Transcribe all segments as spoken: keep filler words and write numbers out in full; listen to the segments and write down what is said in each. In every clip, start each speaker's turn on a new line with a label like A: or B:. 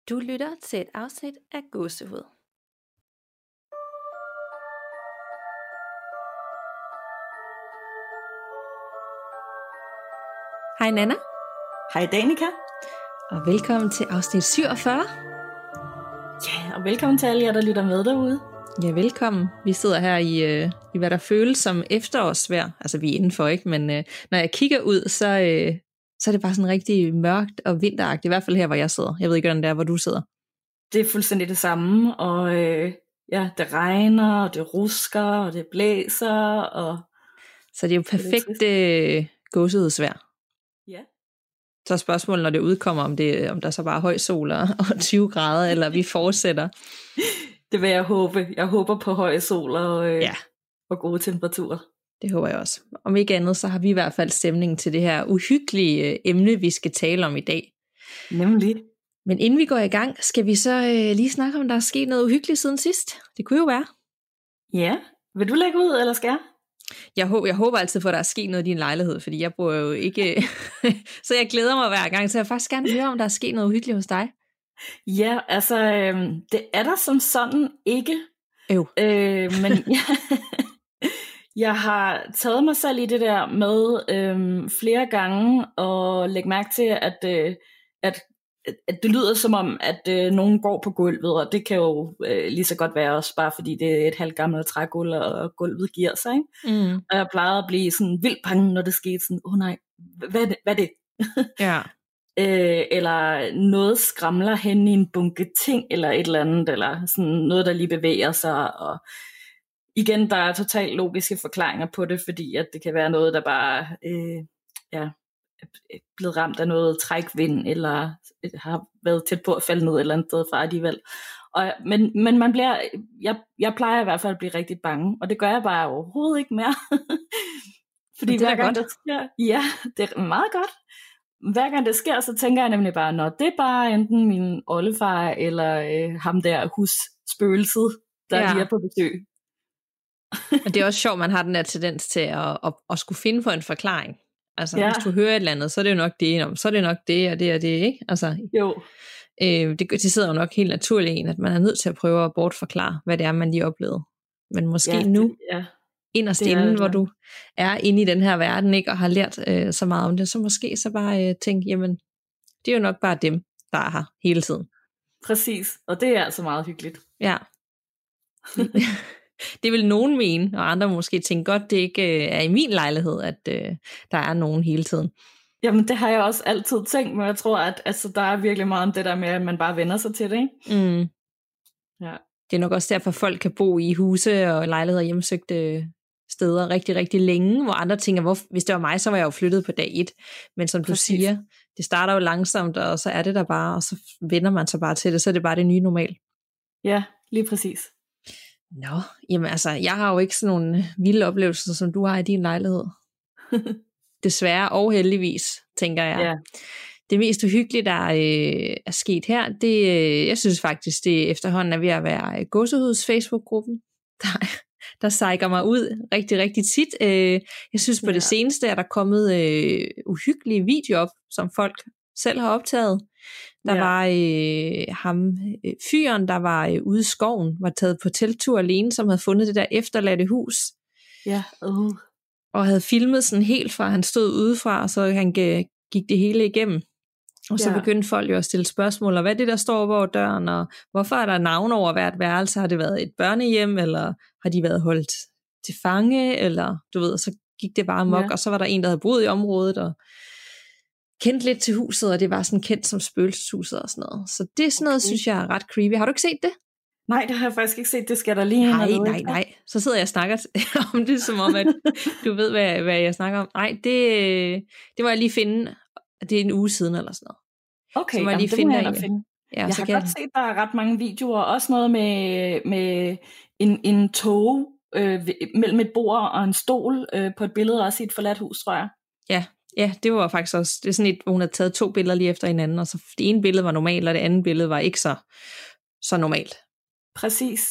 A: Du lytter til et afsnit af Gåsehud. Hej Nana.
B: Hej Danika.
A: Og velkommen til afsnit syvogfyrre.
B: Ja, og velkommen til alle jer, der lytter med derude.
A: Ja, velkommen. Vi sidder her i, øh, i hvad der føles som efterårsvejr. Altså vi er indenfor, ikke? Men øh, når jeg kigger ud, så, øh, så er det bare sådan rigtig mørkt og vinteragtigt. I hvert fald her, hvor jeg sidder. Jeg ved ikke, hvordan det er, hvor du sidder.
B: Det er fuldstændig det samme, og øh, ja, det regner, og det rusker, og det blæser, og...
A: Så det er jo perfekt øh, gåsehudsvejr.
B: Ja.
A: Så er spørgsmålet, når det udkommer, om, det, om der så bare er høj sol og tyve grader, eller vi fortsætter.
B: Det vil jeg håbe. Jeg håber på høj sol og, øh,
A: ja.
B: og gode temperaturer.
A: Det håber jeg også. Om ikke andet, så har vi i hvert fald stemningen til det her uhyggelige emne, vi skal tale om i dag.
B: Nemlig.
A: Men inden vi går i gang, skal vi så øh, lige snakke om, der er sket noget uhyggeligt siden sidst. Det kunne jo være.
B: Ja. Vil du lægge ud, eller skal jeg?
A: Jeg håber, jeg håber altid for, at der er sket noget i din lejlighed, fordi jeg bor jo ikke... så jeg glæder mig hver gang, så jeg vil faktisk gerne høre, om der er sket noget uhyggeligt hos dig.
B: Ja, altså, øh, det er der som sådan ikke.
A: Øv.
B: Øh, men jeg, jeg har taget mig selv i det der med øh, flere gange og lægge mærke til, at, øh, at, at det lyder som om, at øh, nogen går på gulvet, og det kan jo øh, lige så godt være også bare fordi det er et halvt gammelt trægulv, og gulvet giver sig. Ikke?
A: Mm.
B: Og jeg plejede at blive sådan vildt bange, når det skete sådan, åh oh, nej, hvad er det? Hvad er det?
A: Ja.
B: Øh, eller noget skramler hen i en bunke ting, eller et eller andet, eller sådan noget, der lige bevæger sig, og igen, der er totalt logiske forklaringer på det, fordi at det kan være noget, der bare øh, ja, er blevet ramt af noget trækvind, eller har været tæt på at falde ned et eller andet sted fra alligevel. Og, men, men man bliver, jeg, jeg plejer i hvert fald at blive rigtig bange, og det gør jeg bare overhovedet ikke mere. Fordi
A: det er
B: hver gang
A: godt.
B: der sker, ja, det er meget godt. Hver gang det sker, så tænker jeg nemlig bare, når det er bare enten min oldefar, eller øh, ham der husspøgelset, der
A: ja.
B: lige er på besøg.
A: Og det er også sjovt, man har den der tendens til at, at, at skulle finde på en forklaring. Altså, ja. Hvis du hører et eller andet, så er det jo nok det, så er det nok det, og det og det, ikke? Altså,
B: jo.
A: Øh, det, det sidder jo nok helt naturligt i en, at man er nødt til at prøve at bortforklare, hvad det er, man lige oplevede. Men måske
B: ja, det,
A: nu,
B: ja.
A: inderst inden, hvor du er inde i den her verden, ikke, og har lært øh, så meget om det, så måske så bare øh, tænke, jamen, det er jo nok bare dem, der er her hele tiden.
B: Præcis, og det er altså meget hyggeligt.
A: Ja. Det vil nogen mene, og andre måske tænke godt, det ikke øh, er i min lejlighed, at øh, der er nogen hele tiden.
B: Jamen det har jeg også altid tænkt, men jeg tror, at altså, der er virkelig meget om det der med, at man bare vender sig til det, ikke?
A: Mm.
B: Ja.
A: Det er nok også derfor, folk kan bo i huse og lejligheder hjemsøgte steder rigtig, rigtig længe, hvor andre tænker, hvor, hvis det var mig, så var jeg jo flyttet på dag et. Men som Præcis. Du siger, det starter jo langsomt, og så er det der bare, og så vender man sig bare til det, så er det bare det nye normal.
B: Ja, lige præcis.
A: Nå, jamen altså, jeg har jo ikke sådan nogle vilde oplevelser, som du har i din lejlighed. Desværre og heldigvis, tænker jeg.
B: Ja.
A: Det mest uhyggelige, der øh, er sket her, det, øh, jeg synes faktisk, det efterhånden er ved at være Gåsehuds Facebook-gruppen, der, der sejker mig ud rigtig, rigtig tit. Øh, jeg synes på ja. Det seneste, er der kommet øh, uhyggelige videoer op, som folk selv har optaget. Der ja. var øh, ham, øh, fyren, der var øh, ude i skoven, var taget på telttur alene, som havde fundet det der efterladte hus.
B: Ja, uh.
A: Og havde filmet sådan helt fra, han stod udefra, og så han gik det hele igennem. Og så ja. Begyndte folk jo at stille spørgsmål, og hvad er det, der står over døren, og hvorfor er der navn over hvert værelse? Har det været et børnehjem, eller har de været holdt til fange, eller du ved, og så gik det bare amok, ja. Og så var der en, der havde boet i området, og kendte lidt til huset, og det var sådan kendt som spøgelseshuset og sådan noget. Så det er sådan okay. noget, synes jeg er ret creepy. Har du ikke set det?
B: Nej, det har jeg faktisk ikke set. Det skal der lige
A: Nej, nej, nej. Så sidder jeg og snakker om det, som om, at du ved, hvad, hvad jeg snakker om. Nej, det, det må jeg lige finde. Det er en uge siden eller sådan noget.
B: Okay,
A: så må jeg lige
B: jamen,
A: finde
B: det må jeg finde. Ja, jeg har godt set, der er ret mange videoer. Også noget med, med en, en tog øh, mellem et bord og en stol øh, på et billede, også i et forladt hus, tror jeg.
A: Ja, ja, det var faktisk også, det er sådan et, hvor hun havde taget to billeder lige efter hinanden, og så det ene billede var normalt, og det andet billede var ikke så, så normalt.
B: Præcis.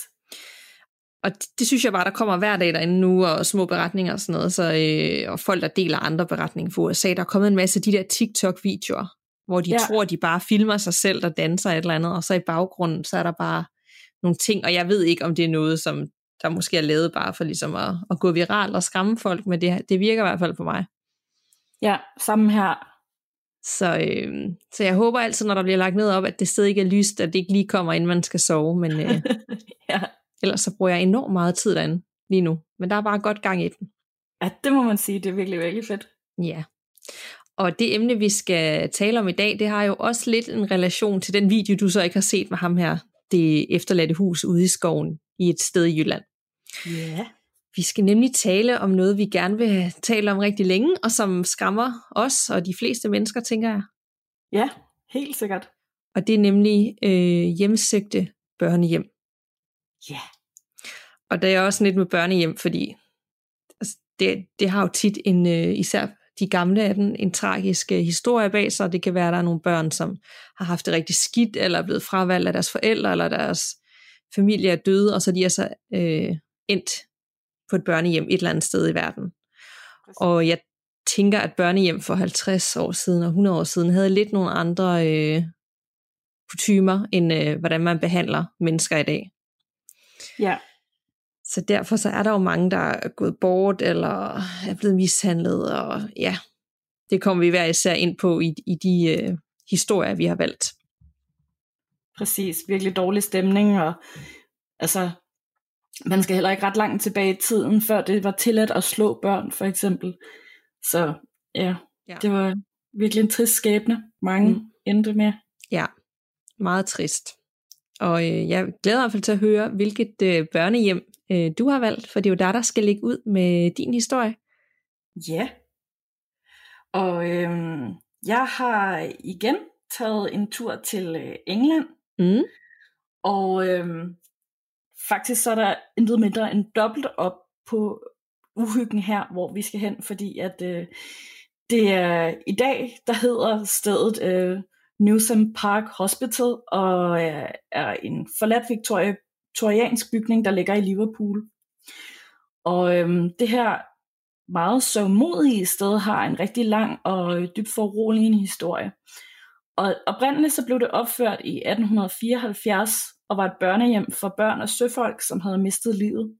A: Og det, det synes jeg bare, der kommer hver dag derinde nu, og små beretninger og sådan noget, så, øh, og folk, der deler andre beretninger for U S A. Der er kommet en masse af de der TikTok-videoer, hvor de
B: Ja.
A: tror, de bare filmer sig selv, der danser et eller andet, og så i baggrunden, så er der bare nogle ting, og jeg ved ikke, om det er noget, som der måske er lavet bare for ligesom at, at gå viralt og skræmme folk, men det, det virker i hvert fald på mig.
B: Ja, samme her.
A: Så, øh, så jeg håber altid, når der bliver lagt ned op, at det sted ikke er lyst, at det ikke lige kommer, inden man skal sove, men øh,
B: ja.
A: ellers så bruger jeg enormt meget tid derinde lige nu, men der er bare godt gang i den.
B: Ja, det må man sige, det er virkelig, virkelig fedt.
A: Ja, og det emne, vi skal tale om i dag, det har jo også lidt en relation til den video, du så ikke har set med ham her, det efterladte hus ude i skoven i et sted i Jylland.
B: Ja. Yeah.
A: Vi skal nemlig tale om noget, vi gerne vil tale om rigtig længe, og som skræmmer os og de fleste mennesker, tænker jeg.
B: Ja, helt sikkert.
A: Og det er nemlig øh, hjemsøgte børnehjem.
B: Ja. Yeah.
A: Og der er også lidt med børnehjem, fordi altså, det, det har jo tit en, øh, især de gamle af den, en tragisk øh, historie bag sig. Det kan være, at der er nogle børn, som har haft det rigtig skidt, eller er blevet fravalgt af deres forældre, eller deres familie er døde, og så de er så øh, endt på et børnehjem et eller andet sted i verden. Præcis. Og jeg tænker, at børnehjem for halvtreds år siden og hundrede år siden havde lidt nogle andre øh, kutymer, end øh, hvordan man behandler mennesker i dag.
B: Ja.
A: Så derfor så er der jo mange, der er gået bort, eller er blevet mishandlet, og ja, det kommer vi hver især ind på i, i de øh, historier, vi har valgt.
B: Præcis, virkelig dårlig stemning, og altså, man skal heller ikke ret langt tilbage i tiden, før det var tilladt at slå børn, for eksempel. Så ja, ja. Det var virkelig en trist skæbne, mange mm. endte med.
A: Ja, meget trist. Og øh, jeg glæder mig i hvert fald til at høre, hvilket øh, børnehjem øh, du har valgt, for det er jo der, der skal ligge ud med din historie.
B: Ja, og øh, jeg har igen taget en tur til øh, England,
A: mm.
B: og øh, faktisk så er der intet mindre end dobbelt op på uhyggen her, hvor vi skal hen, fordi at øh, det er i dag, der hedder stedet øh, Newham Park Hospital, og øh, er en forladt viktoriansk bygning, der ligger i Liverpool. Og øh, det her meget sørgmodige sted har en rigtig lang og dybt foruroligende historie. Og oprindeligt så blev det opført i atten fireoghalvfjerds, og var et børnehjem for børn og søfolk, som havde mistet livet.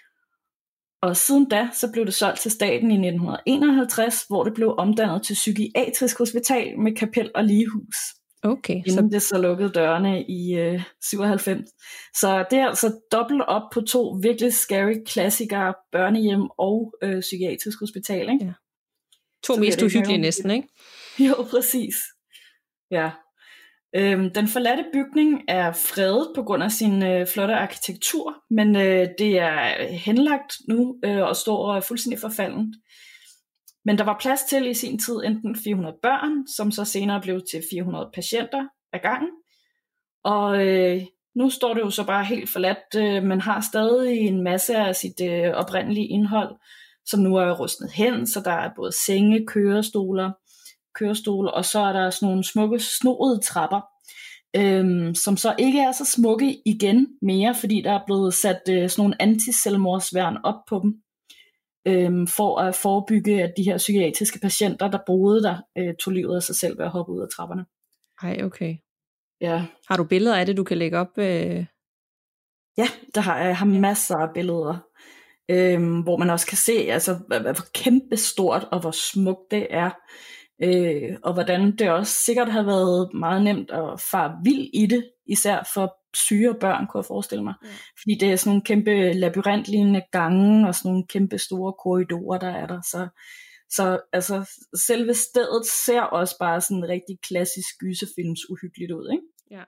B: Og siden da, så blev det solgt til staten i nitten enoghalvtreds, hvor det blev omdannet til psykiatrisk hospital med kapel og ligehus.
A: Okay.
B: Inden
A: Så...
B: det så lukkede dørene i øh, syvoghalvfems. Så det er altså dobbelt op på to virkelig scary klassikere, børnehjem og øh, psykiatrisk hospital, ikke?
A: Ja. To så mest uhyggelige næsten, ikke?
B: Jo, præcis. Ja. Øhm, den forladte bygning er fredet på grund af sin øh, flotte arkitektur, men øh, det er henlagt nu øh, og står fuldstændig forfaldent. Men der var plads til i sin tid enten fire hundrede børn, som så senere blev til fire hundrede patienter ad gangen. Og øh, nu står det jo så bare helt forladt, øh, men har stadig en masse af sit øh, oprindelige indhold, som nu er rustet hen, så der er både senge, kørestoler, kørestol, og så er der sådan nogle smukke snoede trapper, øhm, som så ikke er så smukke igen mere, fordi der er blevet sat øh, sådan nogle antiselvmordsværn op på dem, øhm, for at forebygge, at de her psykiatriske patienter, der boede der, øh, tog livet af sig selv ved at hoppe ud af trapperne.
A: Ej, okay.
B: Ja.
A: Har du billeder af det, du kan lægge op? Øh...
B: Ja, der har jeg har masser af billeder, øhm, hvor man også kan se, altså, hvor kæmpe stort og hvor smukt det er. Øh, og hvordan det også sikkert har været meget nemt at fare vild i det, især for syge børn, kunne jeg forestille mig. Ja. Fordi det er sådan nogle kæmpe labyrintlignende gange, og sådan nogle kæmpe store korridorer, der er der. Så, så altså, selve stedet ser også bare sådan rigtig klassisk gyserfilms uhyggeligt ud, ikke?
A: Ja.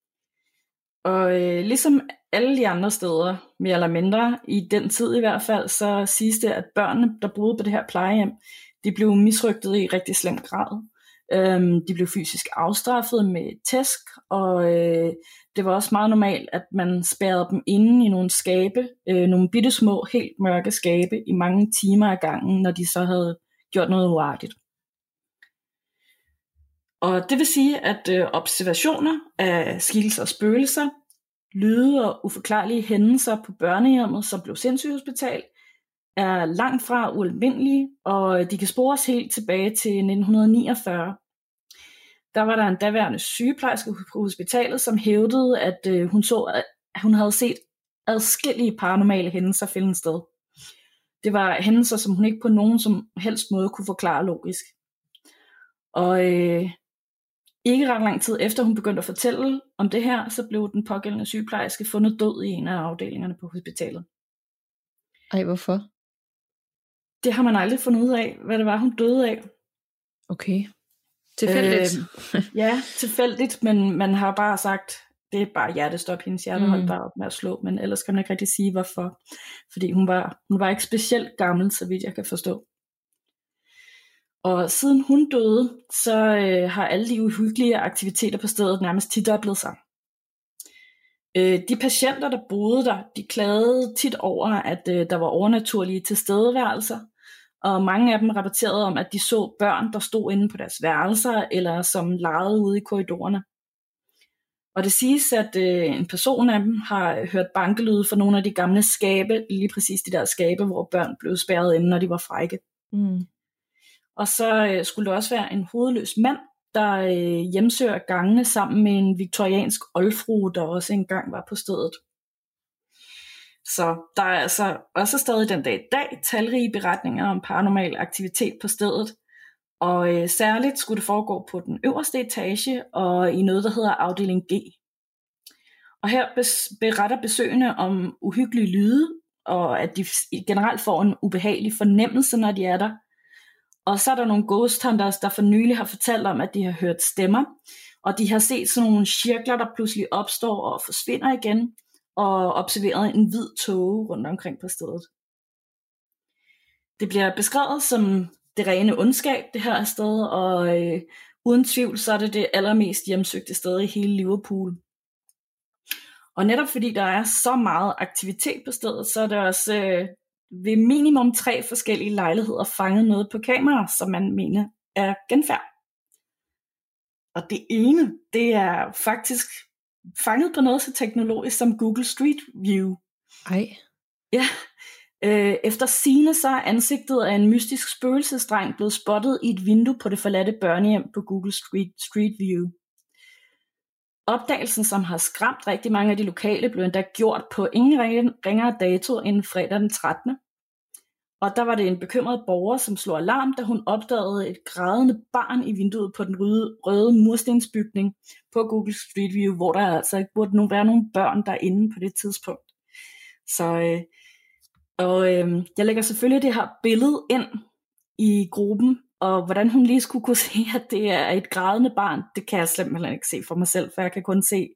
B: Og øh, ligesom alle de andre steder, mere eller mindre, i den tid i hvert fald, så siges det, at børnene, der boede på det her plejehjem, de blev misrygtet i rigtig slem grad. Øhm, de blev fysisk afstraffet med tæsk, og øh, det var også meget normalt, at man spærrede dem inde i nogle skabe, øh, nogle bittesmå, helt mørke skabe, i mange timer ad gangen, når de så havde gjort noget uartigt. Og det vil sige, at øh, observationer af skikkelser og spøgelser, lyde og uforklarlige hændelser på børnehjemmet, som blev sindssygehospital, er langt fra ualmindelige, og de kan spores helt tilbage til nitten niogfyrre. der var der en daværende sygeplejerske på hospitalet, som hævdede, at øh, hun så, at hun havde set adskillige paranormale hændelser finde sted. Det var hændelser, som hun ikke på nogen som helst måde kunne forklare logisk. Og øh, ikke ret lang tid efter hun begyndte at fortælle om det her, så blev den pågældende sygeplejerske fundet død i en af afdelingerne på hospitalet.
A: Ej, hvorfor?
B: Det har man aldrig fundet ud af, hvad det var, hun døde af.
A: Okay. Tilfældigt?
B: Øh, ja, tilfældigt, men man har bare sagt, det er bare hjertestop, hendes hjerte holdt mm. bare op med at slå, men ellers kan man ikke rigtig sige, hvorfor. Fordi hun var, hun var ikke specielt gammel, så vidt jeg kan forstå. Og siden hun døde, så øh, har alle de uhyggelige aktiviteter på stedet nærmest tidoblet sig. Øh, de patienter, der boede der, de klagede tit over, at øh, der var overnaturlige tilstedeværelser, og mange af dem rapporterede om, at de så børn, der stod inde på deres værelser, eller som legede ude i korridorerne. Og det siges, at øh, en person af dem har hørt bankelyde fra nogle af de gamle skabe, lige præcis de der skabe, hvor børn blev spærret inde, når de var frække. Mm. Og så øh, skulle der også være en hovedløs mand, der øh, hjemsøger gangene sammen med en viktoriansk oldfrue, der også engang var på stedet. Så der er altså også stadig den dag i dag talrige beretninger om paranormal aktivitet på stedet. Og øh, særligt skulle det foregå på den øverste etage og i noget, der hedder afdeling G. Og her bes- beretter besøgende om uhyggelige lyde, og at de generelt får en ubehagelig fornemmelse, når de er der. Og så er der nogle ghost hunters, der for nylig har fortalt om, at de har hørt stemmer, og de har set sådan nogle cirkler, der pludselig opstår og forsvinder igen, og observeret en hvid tåge rundt omkring på stedet. Det bliver beskrevet som det rene ondskab, det her sted, og øh, uden tvivl, så er det det allermest hjemsøgte sted i hele Liverpool. Og netop fordi der er så meget aktivitet på stedet, så er der også øh, ved minimum tre forskellige lejligheder fanget noget på kamera, som man mener er genfærd. Og det ene, det er faktisk fanget på noget så teknologisk som Google Street View.
A: Ej.
B: Ja. Øh, efter sigende så er ansigtet af en mystisk spøgelsesdreng blevet spottet i et vindue på det forladte børnehjem på Google Street, Street View. Opdagelsen, som har skræmt rigtig mange af de lokale, blev endda gjort på ingen ringere dato end fredag den trettende. Og der var det en bekymret borger, som slog alarm, da hun opdagede et grædende barn i vinduet på den røde, røde murstensbygning på Google Street View, hvor der altså ikke burde være nogen børn derinde på det tidspunkt. Så, øh, og øh, jeg lægger selvfølgelig det her billede ind i gruppen, og hvordan hun lige skulle kunne se, at det er et grædende barn, det kan jeg simpelthen ikke se for mig selv, for jeg kan kun se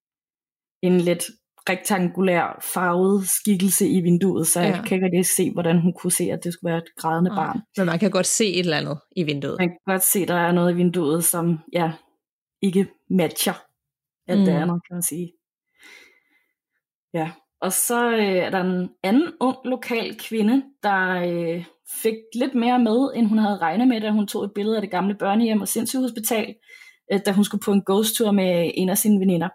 B: en lidt rektangulær farvet skikkelse i vinduet, så ja. Jeg kan ikke se, hvordan hun kunne se, at det skulle være et grædende
A: Nej.
B: barn.
A: Men man kan godt se et eller andet i vinduet.
B: Man kan godt se, at der er noget i vinduet, som ja, ikke matcher alt mm. det andet, kan man sige. Ja. Og så øh, er der en anden ung lokal kvinde, der øh, fik lidt mere med, end hun havde regnet med, da hun tog et billede af det gamle børnehjem og sindssygehospital, øh, da hun skulle på en ghost-tur med en af sine veninder.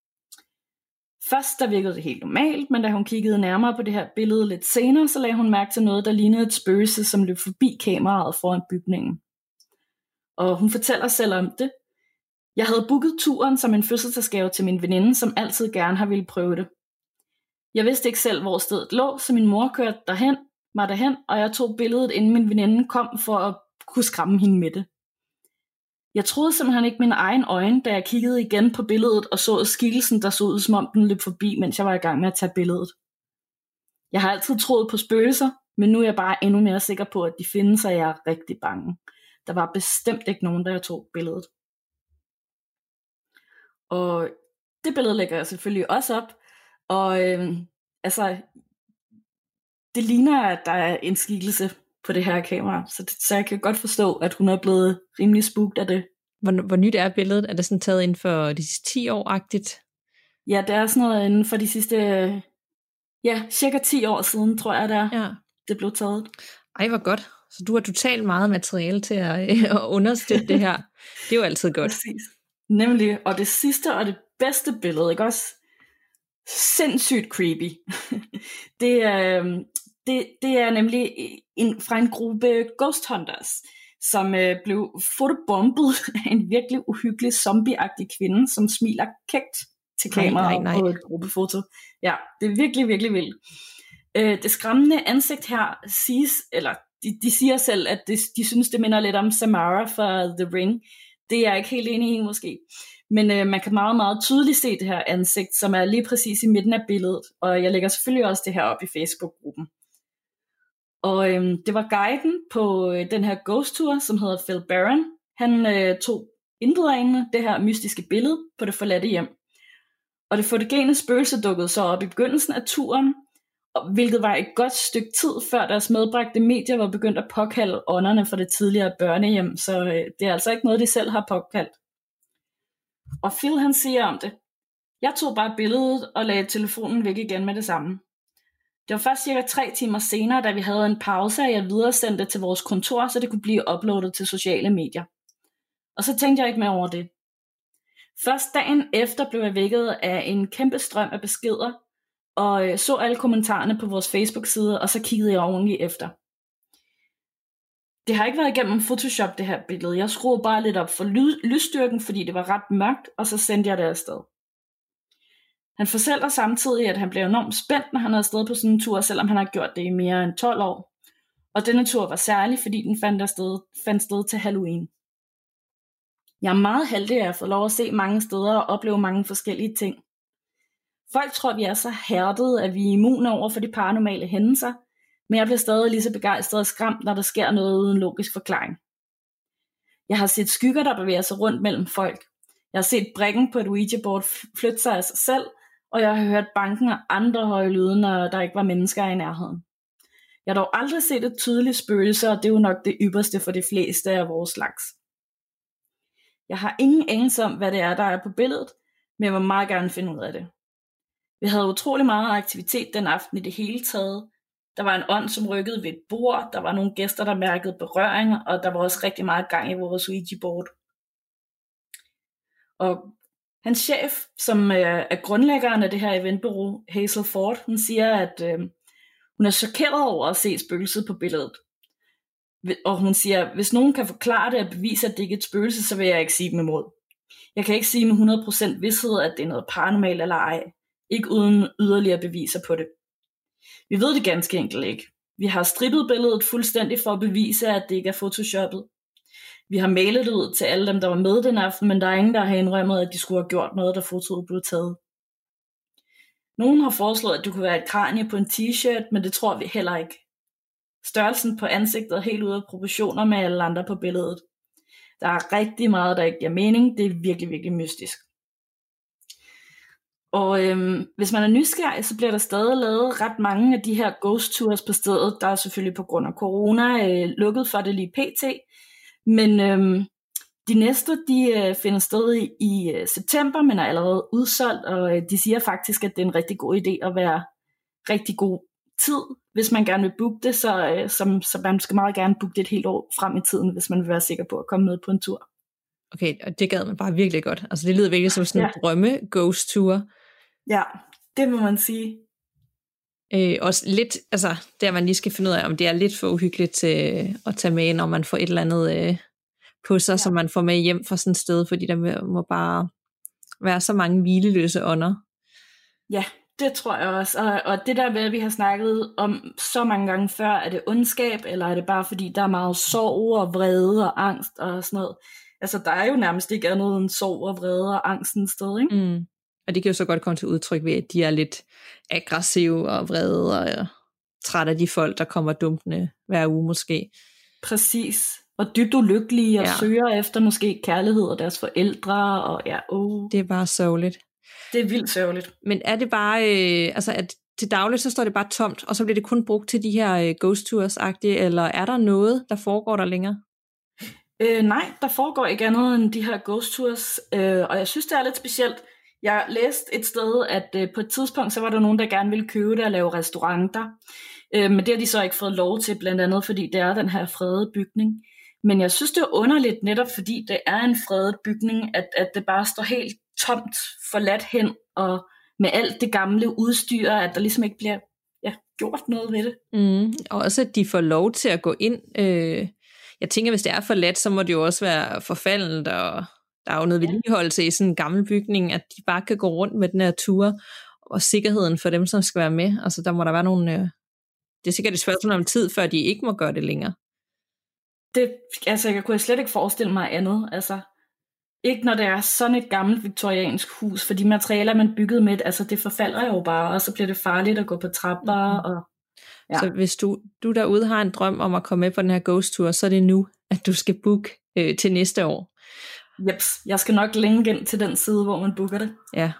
B: Først der virkede det helt normalt, men da hun kiggede nærmere på det her billede lidt senere, så lagde hun mærke til noget, der lignede et spøgelse, som løb forbi kameraet foran bygningen. Og hun fortæller selv om det. Jeg havde booket turen som en fødselsdagsgave til min veninde, som altid gerne har ville prøve det. Jeg vidste ikke selv, hvor stedet lå, så min mor kørte derhen, mig derhen, og jeg tog billedet, inden min veninde kom for at kunne skræmme hende med det. Jeg troede simpelthen ikke mine egne øjne, da jeg kiggede igen på billedet og så skikkelsen, der så ud, som om den løb forbi, mens jeg var i gang med at tage billedet. Jeg har altid troet på spøgelser, men nu er jeg bare endnu mere sikker på, at de findes, og jeg er rigtig bange. Der var bestemt ikke nogen, da jeg tog billedet. Og det billede lægger jeg selvfølgelig også op, og øh, altså, det ligner, at der er en skikkelse på det her kamera, så, det, så jeg kan godt forstå, at hun er blevet rimelig spooked af det.
A: Hvor, hvor nyt er billedet? Er det sådan taget inden for de sidste ti år-agtigt?
B: Ja, det er sådan noget inden for de sidste, ja, cirka ti år siden, tror jeg, der ja. Det blev taget.
A: Ej, hvor godt. Så du har totalt meget materiale til at, at understøtte det her. Det er jo altid godt.
B: Præcis. Nemlig, og det sidste og det bedste billede, ikke også? Sindssygt creepy. det, er, det, det er nemlig en, fra en gruppe ghost hunters, som øh, blev fotobombet af en virkelig uhyggelig zombieagtig kvinde, som smiler kægt til kameraet på et gruppefoto. Ja, det er virkelig, virkelig vildt. Øh, det skræmmende ansigt her siges, eller de, de siger selv, at det, de synes, det minder lidt om Samara fra The Ring. Det er jeg ikke helt enig i måske. Men øh, man kan meget, meget tydeligt se det her ansigt, som er lige præcis i midten af billedet. Og jeg lægger selvfølgelig også det her op i Facebook-gruppen. Og øh, det var guiden på øh, den her ghost tour, som hedder Phil Barron. Han øh, tog indledende det her mystiske billede på det forladte hjem. Og det fotogene spøgelse dukkede så op i begyndelsen af turen, hvilket var et godt stykke tid før deres medbragte medier var begyndt at påkalde ånderne fra det tidligere børnehjem, så øh, det er altså ikke noget, de selv har påkaldt. Og Phil han siger om det: jeg tog bare billedet og lagde telefonen væk igen med det samme. Det var først cirka tre timer senere, da vi havde en pause, at jeg videresendte til vores kontor, så det kunne blive uploadet til sociale medier. Og så tænkte jeg ikke mere over det. Først dagen efter blev jeg vækket af en kæmpe strøm af beskeder, og så alle kommentarerne på vores Facebook-side, og så kiggede jeg ordentligt efter. Det har ikke været igennem Photoshop, det her billede. Jeg skruede bare lidt op for ly- lysstyrken, fordi det var ret mørkt, og så sendte jeg det afsted. Han fortæller samtidig, at han blev enormt spændt, når han er afsted på sådan en tur, selvom han har gjort det i mere end tolv år. Og denne tur var særlig, fordi den fandt, afsted, fandt sted til Halloween. Jeg er meget heldig, at jeg har fået lov at se mange steder og opleve mange forskellige ting. Folk tror, vi er så hærdede, at vi er immune over for de paranormale hændelser, men jeg bliver stadig lige så begejstret og skræmt, når der sker noget uden logisk forklaring. Jeg har set skygger, der bevæger sig rundt mellem folk. Jeg har set brikken på et Ouija-board flytte sig af sig selv, og jeg har hørt banken og andre høje lyde, når der ikke var mennesker i nærheden. Jeg har dog aldrig set et tydeligt spøgelse, og det er jo nok det ypperste for de fleste af vores slags. Jeg har ingen anelse om, hvad det er, der er på billedet, men jeg vil meget gerne finde ud af det. Vi havde utrolig meget aktivitet den aften i det hele taget. Der var en ånd, som rykkede ved et bord, der var nogle gæster, der mærkede berøring, og der var også rigtig meget gang i vores Ouija-board. Og hans chef, som er grundlæggeren af det her eventbureau, Hazel Ford, hun siger, at øh, hun er chokeret over at se spøgelset på billedet. Og hun siger, hvis nogen kan forklare det og bevise, at det ikke er et spøgelse, så vil jeg ikke sige dem imod. Jeg kan ikke sige med hundrede procent vidsthed, at det er noget paranormalt eller ej. Ikke uden yderligere beviser på det. Vi ved det ganske enkelt ikke. Vi har strippet billedet fuldstændig for at bevise, at det ikke er photoshoppet. Vi har mailet det ud til alle dem, der var med den aften, men der er ingen, der har indrømmet, at de skulle have gjort noget, da fotoet blev taget. Nogen har foreslået, at det kunne være et kranie på en t-shirt, men det tror vi heller ikke. Størrelsen på ansigtet er helt ude af proportioner med alle andre på billedet. Der er rigtig meget, der ikke giver mening. Det er virkelig, virkelig mystisk. Og øhm, hvis man er nysgerrig, så bliver der stadig lavet ret mange af de her ghost tours på stedet. Der er selvfølgelig på grund af corona øh, lukket for det lige pt. Men øhm, de næste, de øh, finder sted i, i øh, september, men er allerede udsolgt. Og øh, de siger faktisk, at det er en rigtig god idé at være rigtig god tid, hvis man gerne vil booke det. Så, øh, som, så man skal meget gerne booke det et helt år frem i tiden, hvis man vil være sikker på at komme med på en tur.
A: Okay, og det gad man bare virkelig godt. Altså det lyder virkelig som sådan en ja. drømme ghost tour.
B: Ja, det må man sige.
A: Øh, også lidt, altså der man lige skal finde ud af, om det er lidt for uhyggeligt til at tage med, når man får et eller andet øh, på sig, ja. som man får med hjem fra sådan et sted, fordi der må bare være så mange hvileløse ånder.
B: Ja, det tror jeg også. Og, og det der ved, at vi har snakket om så mange gange før, er det ondskab, eller er det bare fordi, der er meget sorg og vrede og angst og sådan noget. Altså der er jo nærmest ikke andet end sorg og vrede og angst et sted, ikke?
A: Mm. Og det kan jo så godt komme til udtryk ved, at de er lidt aggressive og vrede og ja, trætte af de folk, der kommer dumpende hver uge måske.
B: Præcis. Og dybt ulykkelige og ja. søger efter måske kærlighed og deres forældre. Og ja, oh.
A: Det er bare sørgeligt.
B: Det er vildt sørgeligt.
A: Men er det bare, øh, altså at til dagligt, så står det bare tomt, og så bliver det kun brugt til de her øh, ghost tours-agtige, eller er der noget, der foregår der længere?
B: Øh, nej, der foregår ikke andet end de her ghost tours, øh, og jeg synes, det er lidt specielt. Jeg læste et sted, at øh, på et tidspunkt, så var der nogen, der gerne ville købe det og lave restauranter. Øh, men det har de så ikke fået lov til, blandt andet fordi det er den her fredede bygning. Men jeg synes, det er underligt netop, fordi det er en fredet bygning, at, at det bare står helt tomt, forladt hen, og med alt det gamle udstyr, at der ligesom ikke bliver ja, gjort noget ved det.
A: Mm, og også, at de får lov til at gå ind. Øh, jeg tænker, hvis det er forladt, så må det jo også være forfaldent, og der er jo noget vedligeholdelse i sådan en gammel bygning, at de bare kan gå rundt med den her tur, og sikkerheden for dem, som skal være med. Altså der må der være nogle, øh, det er sikkert et spørgsmål om tid, før de ikke må gøre det længere.
B: Det, altså jeg kunne slet ikke forestille mig andet, altså ikke når det er sådan et gammelt viktoriansk hus, for de materialer, man byggede med, altså det forfalder jo bare, og så bliver det farligt at gå på trapper. Og, ja.
A: Så hvis du, du derude har en drøm om at komme med på den her ghost tour, så er det nu, at du skal booke øh, til næste år.
B: Jeps, jeg skal nok længe ind til den side, hvor man booker det.
A: Ja.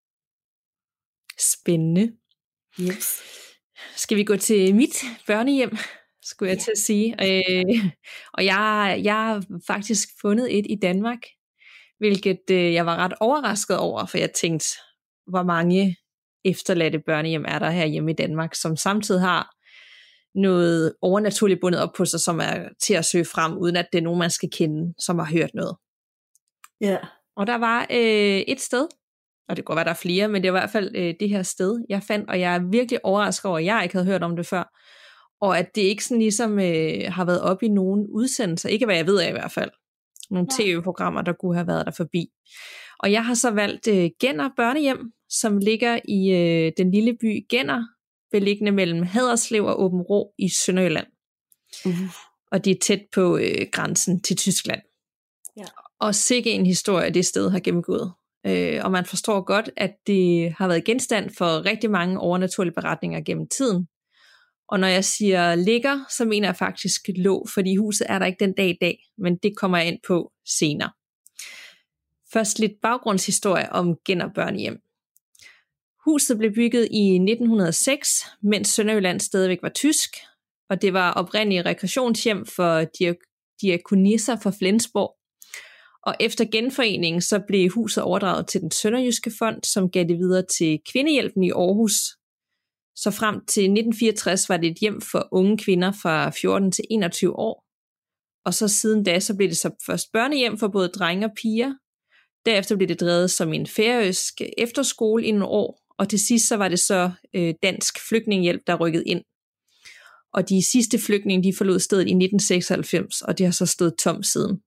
A: Spændende.
B: Jeps.
A: Skal vi gå til mit børnehjem, skulle jeg ja. til at sige. Øh, og jeg, jeg har faktisk fundet et i Danmark, hvilket øh, jeg var ret overrasket over, for jeg tænkte, hvor mange efterladte børnehjem er der her hjemme i Danmark, som samtidig har noget overnaturligt bundet op på sig, som er til at søge frem, uden at det er nogen, man skal kende, som har hørt noget.
B: Ja. Yeah.
A: Og der var øh, et sted, og det kunne være, der er flere, men det var i hvert fald øh, det her sted, jeg fandt, og jeg er virkelig overrasket over, at jeg ikke havde hørt om det før, og at det ikke sådan ligesom øh, har været op i nogen udsendelser, ikke hvad jeg ved af i hvert fald, nogle tv-programmer, der kunne have været der forbi. Og jeg har så valgt øh, Genner Børnehjem, som ligger i øh, den lille by Genner, beliggende mellem Haderslev og Aabenraa i Sønderjylland. Uh-huh. Og det er tæt på øh, grænsen til Tyskland. Ja. Og sikke en historie, det sted har gennemgået. Øh, og man forstår godt, at det har været genstand for rigtig mange overnaturlige beretninger gennem tiden. Og når jeg siger ligger, så mener jeg faktisk lå, fordi huset er der ikke den dag i dag, men det kommer jeg ind på senere. Først lidt baggrundshistorie om Genner Børnehjem. Huset blev bygget i nitten hundrede og seks, mens Sønderjylland stadigvæk var tysk, og det var oprindeligt rekreationshjem for diak- diakonisser fra Flensborg. Og efter genforeningen så blev huset overdraget til den Sønderjyske Fond, som gav det videre til Kvindehjælpen i Aarhus. Så frem til nitten fireogtres var det et hjem for unge kvinder fra fjorten til enogtyve år. Og så siden da så blev det så først børnehjem for både drenge og piger. Derefter blev det drevet som en færøsk efterskole i nogle år, og til sidst så var det så øh, Dansk Flygtningehjælp, der rykkede ind. Og de sidste flygtninge, de forlod stedet i nitten seksoghalvfems, og det har så stået tom siden.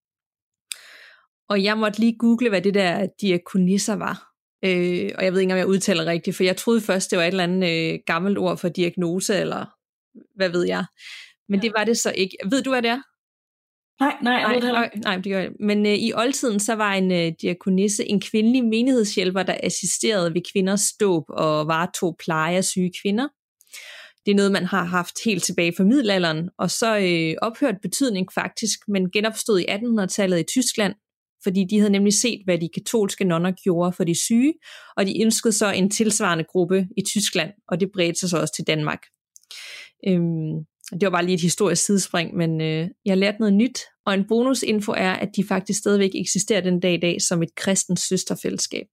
A: Og jeg måtte lige google, hvad det der diakonisser var. Øh, og jeg ved ikke, om jeg udtaler rigtigt, for jeg troede først, det var et eller andet øh, gammelt ord for diagnose, eller hvad ved jeg. Men ja. Det var det så ikke. Ved du, hvad det er?
B: Nej, nej, jeg ved det
A: nej, nej, det gør jeg. Men øh, i oldtiden, så var en øh, diakonisse en kvindelig menighedshjælper, der assisterede ved kvinders dåb og varetog pleje af syge kvinder. Det er noget, man har haft helt tilbage fra middelalderen, og så øh, ophørt betydning faktisk, men genopstod i attenhundredetallet i Tyskland, fordi de havde nemlig set, hvad de katolske nonner gjorde for de syge, og de ønskede så en tilsvarende gruppe i Tyskland, og det bredte sig så også til Danmark. Øhm, det var bare lige et historisk sidespring, men øh, jeg lærte noget nyt, og en bonusinfo er, at de faktisk stadigvæk eksisterer den dag i dag som et kristent søsterfællesskab.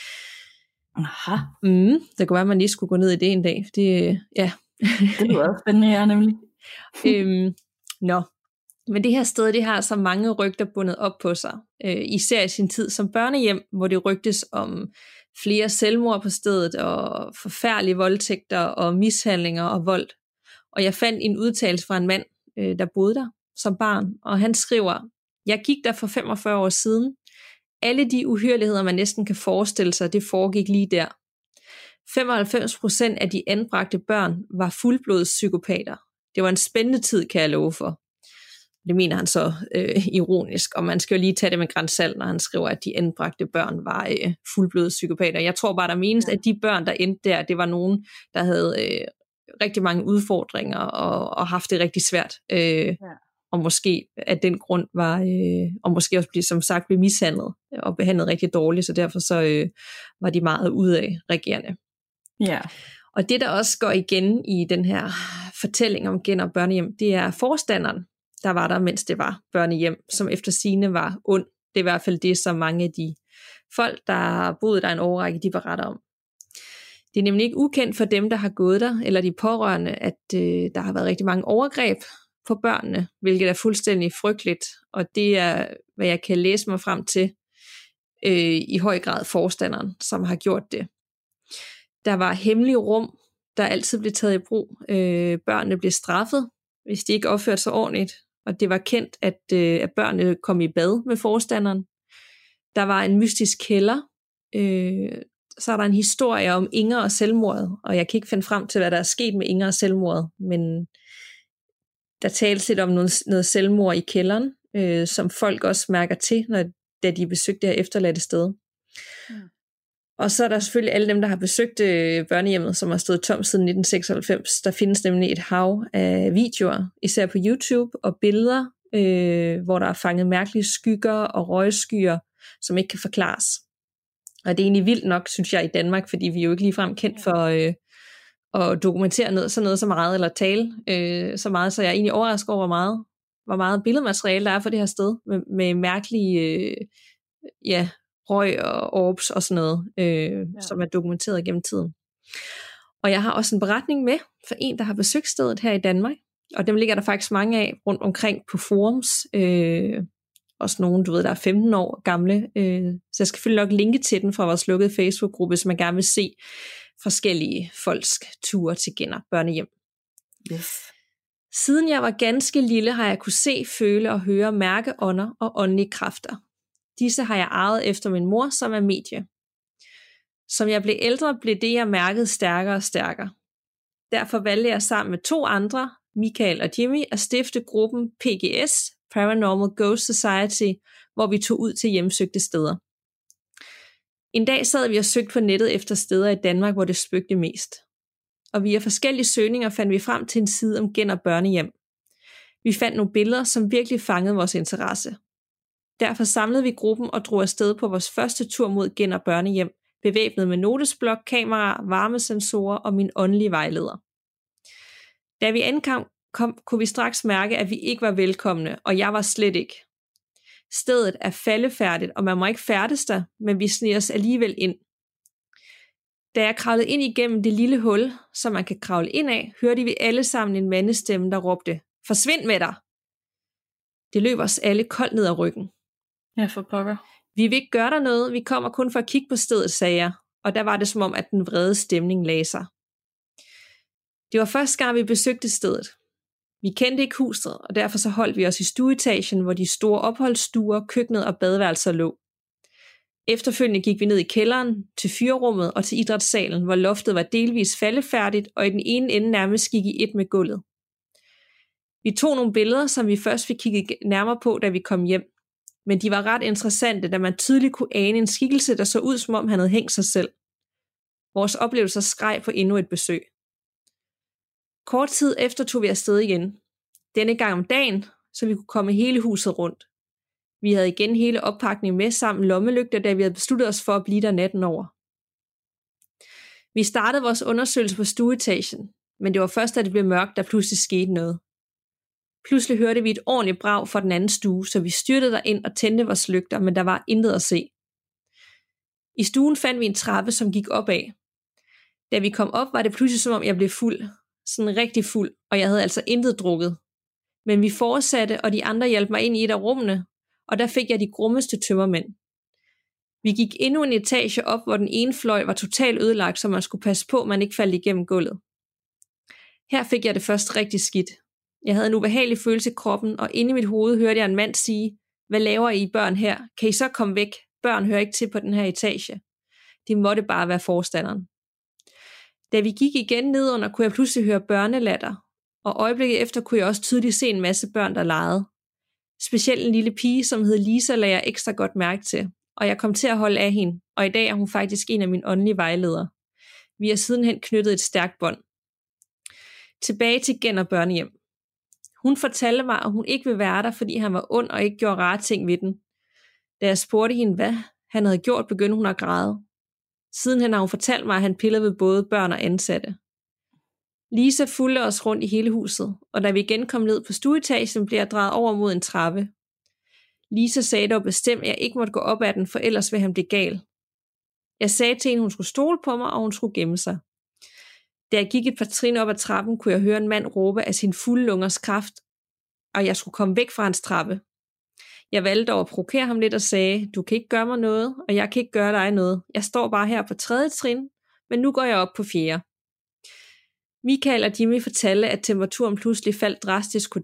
B: Aha.
A: Mm, det kunne være, at man lige skulle gå ned i det en dag. Det, ja.
B: Det lyder også spændende her, nemlig.
A: øhm, nå. Men det her sted, det har så mange rygter bundet op på sig. Øh, især i sin tid som børnehjem, hvor det rygtes om flere selvmord på stedet, og forfærdelige voldtægter, og mishandlinger og vold. Og jeg fandt en udtalelse fra en mand, øh, der boede der som barn, og han skriver, jeg gik der for femogfyrre år siden. Alle de uhyrligheder, man næsten kan forestille sig, det foregik lige der. femoghalvfems procent af de anbragte børn var fuldblods psykopater. Det var en spændende tid, kan jeg love for. Det mener han så øh, ironisk, og man skal jo lige tage det med gran salt, når han skriver, at de anbragte børn var øh, fuldblods psykopater. Jeg tror bare, der menes, at de børn, der endte der, det var nogen, der havde øh, rigtig mange udfordringer og, og haft det rigtig svært. Øh, ja. Og måske af den grund var, øh, og måske også blev, som sagt, blev mishandlet og behandlet rigtig dårligt, så derfor så øh, var de meget udadreagerende.
B: Ja.
A: Og det, der også går igen i den her fortælling om Genner Børnehjem, det er forstanderen, der var der, mens det var børnehjem, som efter sigende var ond. Det er i hvert fald det, som mange af de folk, der har boet der en årrække, de beretter om. Det er nemlig ikke ukendt for dem, der har gået der, eller de pårørende, at øh, der har været rigtig mange overgreb på børnene, hvilket er fuldstændig frygteligt, og det er, hvad jeg kan læse mig frem til, øh, i høj grad forstanderen, som har gjort det. Der var hemmelige rum, der altid blev taget i brug. Øh, børnene blev straffet, hvis de ikke opførte sig ordentligt, og det var kendt, at, øh, at børnene kom i bad med forstanderen. Der var en mystisk kælder. Øh, så er der en historie om Inger og selvmordet, og jeg kan ikke finde frem til, hvad der er sket med Inger og selvmordet, men der tales lidt om noget, noget selvmord i kælderen, øh, som folk også mærker til, når, da de besøgte det her efterladte sted. Mm. Og så er der selvfølgelig alle dem, der har besøgt øh, børnehjemmet, som har stået tom siden nitten seksoghalvfems. Der findes nemlig et hav af videoer, især på YouTube, og billeder, øh, hvor der er fanget mærkelige skygger og røgskyer, som ikke kan forklares. Og det er egentlig vildt nok, synes jeg, i Danmark, fordi vi er jo ikke ligefrem kendt for øh, at dokumentere noget, sådan noget så meget, eller tale øh, så meget, så jeg er egentlig overrasket over, hvor meget, hvor meget billedmateriale der er for det her sted, med, med mærkelige øh, ja, røg og orbs og sådan noget, øh, ja. som er dokumenteret gennem tiden. Og jeg har også en beretning med for en, der har besøgt stedet her i Danmark, og dem ligger der faktisk mange af rundt omkring på forums, øh, også nogen, du ved, der er femten år gamle, øh, så jeg skal selvfølgelig nok linke til den fra vores lukkede Facebook-gruppe, hvis man gerne vil se forskellige folks ture til Genner børnehjem.
B: Yes.
A: Siden jeg var ganske lille, har jeg kunne se, føle og høre mærkeånder og åndelige kræfter. Disse har jeg arvet efter min mor, som er medie. Som jeg blev ældre, blev det, jeg mærkede, stærkere og stærkere. Derfor valgte jeg sammen med to andre, Michael og Jimmy, at stifte gruppen P G S, Paranormal Ghost Society, hvor vi tog ud til hjemsøgte steder. En dag sad vi og søgte på nettet efter steder i Danmark, hvor det spøgte mest. Og via forskellige søgninger fandt vi frem til en side om Genner børnehjem. Vi fandt nogle billeder, som virkelig fangede vores interesse. Derfor samlede vi gruppen og drog afsted på vores første tur mod Genner børnehjem, bevæbnet med notesblok, kamera, varmesensorer og min åndelige vejleder. Da vi ankom, kom, kunne vi straks mærke, at vi ikke var velkomne, og jeg var slet ikke. Stedet er faldefærdigt, og man må ikke færdes der, men vi sniger os alligevel ind. Da jeg kravlede ind igennem det lille hul, som man kan kravle ind af, hørte vi alle sammen en mandestemme, der råbte, "Forsvind med dig!" Det løb os alle koldt ned ad ryggen.
B: Ja, for pokker.
A: Vi vil ikke gøre der noget, vi kommer kun for at kigge på stedet, sagde jeg, og der var det som om, at den vrede stemning lagde sig. Det var første gang, vi besøgte stedet. Vi kendte ikke huset, og derfor så holdt vi os i stueetagen, hvor de store opholdsstuer, køkkenet og badeværelser lå. Efterfølgende gik vi ned i kælderen, til fyrrummet og til idrætssalen, hvor loftet var delvis faldefærdigt, og i den ene ende nærmest gik i et med gulvet. Vi tog nogle billeder, som vi først fik kigget nærmere på, da vi kom hjem. Men de var ret interessante, da man tydeligt kunne ane en skikkelse, der så ud, som om han havde hængt sig selv. Vores oplevelser skreg på endnu et besøg. Kort tid efter tog vi afsted igen. Denne gang om dagen, så vi kunne komme hele huset rundt. Vi havde igen hele oppakningen med sammen lommelygter, da vi havde besluttet os for at blive der natten over. Vi startede vores undersøgelse på stueetagen, men det var først, da det blev mørkt, der pludselig skete noget. Pludselig hørte vi et ordentligt brag fra den anden stue, så vi styrtede derind og tændte vores lygter, men der var intet at se. I stuen fandt vi en trappe, som gik opad. Da vi kom op, var det pludselig som om jeg blev fuld. Sådan rigtig fuld, og jeg havde altså intet drukket. Men vi fortsatte, og de andre hjalp mig ind i et af rummene, og der fik jeg de grummeste tømmermænd. Vi gik endnu en etage op, hvor den ene fløj var totalt ødelagt, så man skulle passe på, at man ikke faldt igennem gulvet. Her fik jeg det først rigtig skidt. Jeg havde en ubehagelig følelse i kroppen, og inde i mit hoved hørte jeg en mand sige, "Hvad laver I børn her? Kan I så komme væk? Børn hører ikke til på den her etage." Det måtte bare være forstanderen. Da vi gik igen nedunder, kunne jeg pludselig høre børnelatter, og øjeblikket efter kunne jeg også tydeligt se en masse børn, der legede. Specielt en lille pige, som hed Lisa, lagde jeg ekstra godt mærke til, og jeg kom til at holde af hende, og i dag er hun faktisk en af mine åndelige vejledere. Vi har sidenhen knyttet et stærkt bånd. Tilbage til Genner børnehjem. Hun fortalte mig, at hun ikke ville være der, fordi han var ond og ikke gjorde rare ting ved den. Da jeg spurgte hende, hvad han havde gjort, begyndte hun at græde. Sidenhen har hun fortalt mig, at han piller ved både børn og ansatte. Lisa fulgte os rundt i hele huset, og da vi igen kom ned på stueetagen, blev jeg drejet over mod en trappe. Lisa sagde dog bestemt, at jeg ikke måtte gå op ad den, for ellers ville han blive gal. Jeg sagde til hende, hun skulle stole på mig, og hun skulle gemme sig. Da jeg gik et par trin op ad trappen, kunne jeg høre en mand råbe af sin fulde lungers kraft, og jeg skulle komme væk fra hans trappe. Jeg valgte dog at provokere ham lidt og sagde, "Du kan ikke gøre mig noget, og jeg kan ikke gøre dig noget. Jeg står bare her på tredje trin, men nu går jeg op på fjerde." Michael og Jimmy fortalte, at temperaturen pludselig faldt drastisk hos dem,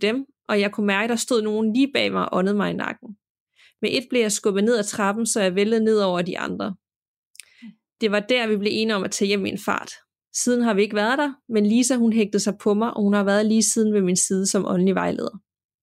A: og jeg kunne mærke, at der stod nogen lige bag mig og åndede mig i nakken. Med et blev jeg skubbet ned ad trappen, så jeg væltede ned over de andre. Det var der, vi blev enige om at tage hjem i en fart. Siden har vi ikke været der, men Lisa hun hægtede sig på mig, og hun har været lige siden ved min side som åndelig vejleder.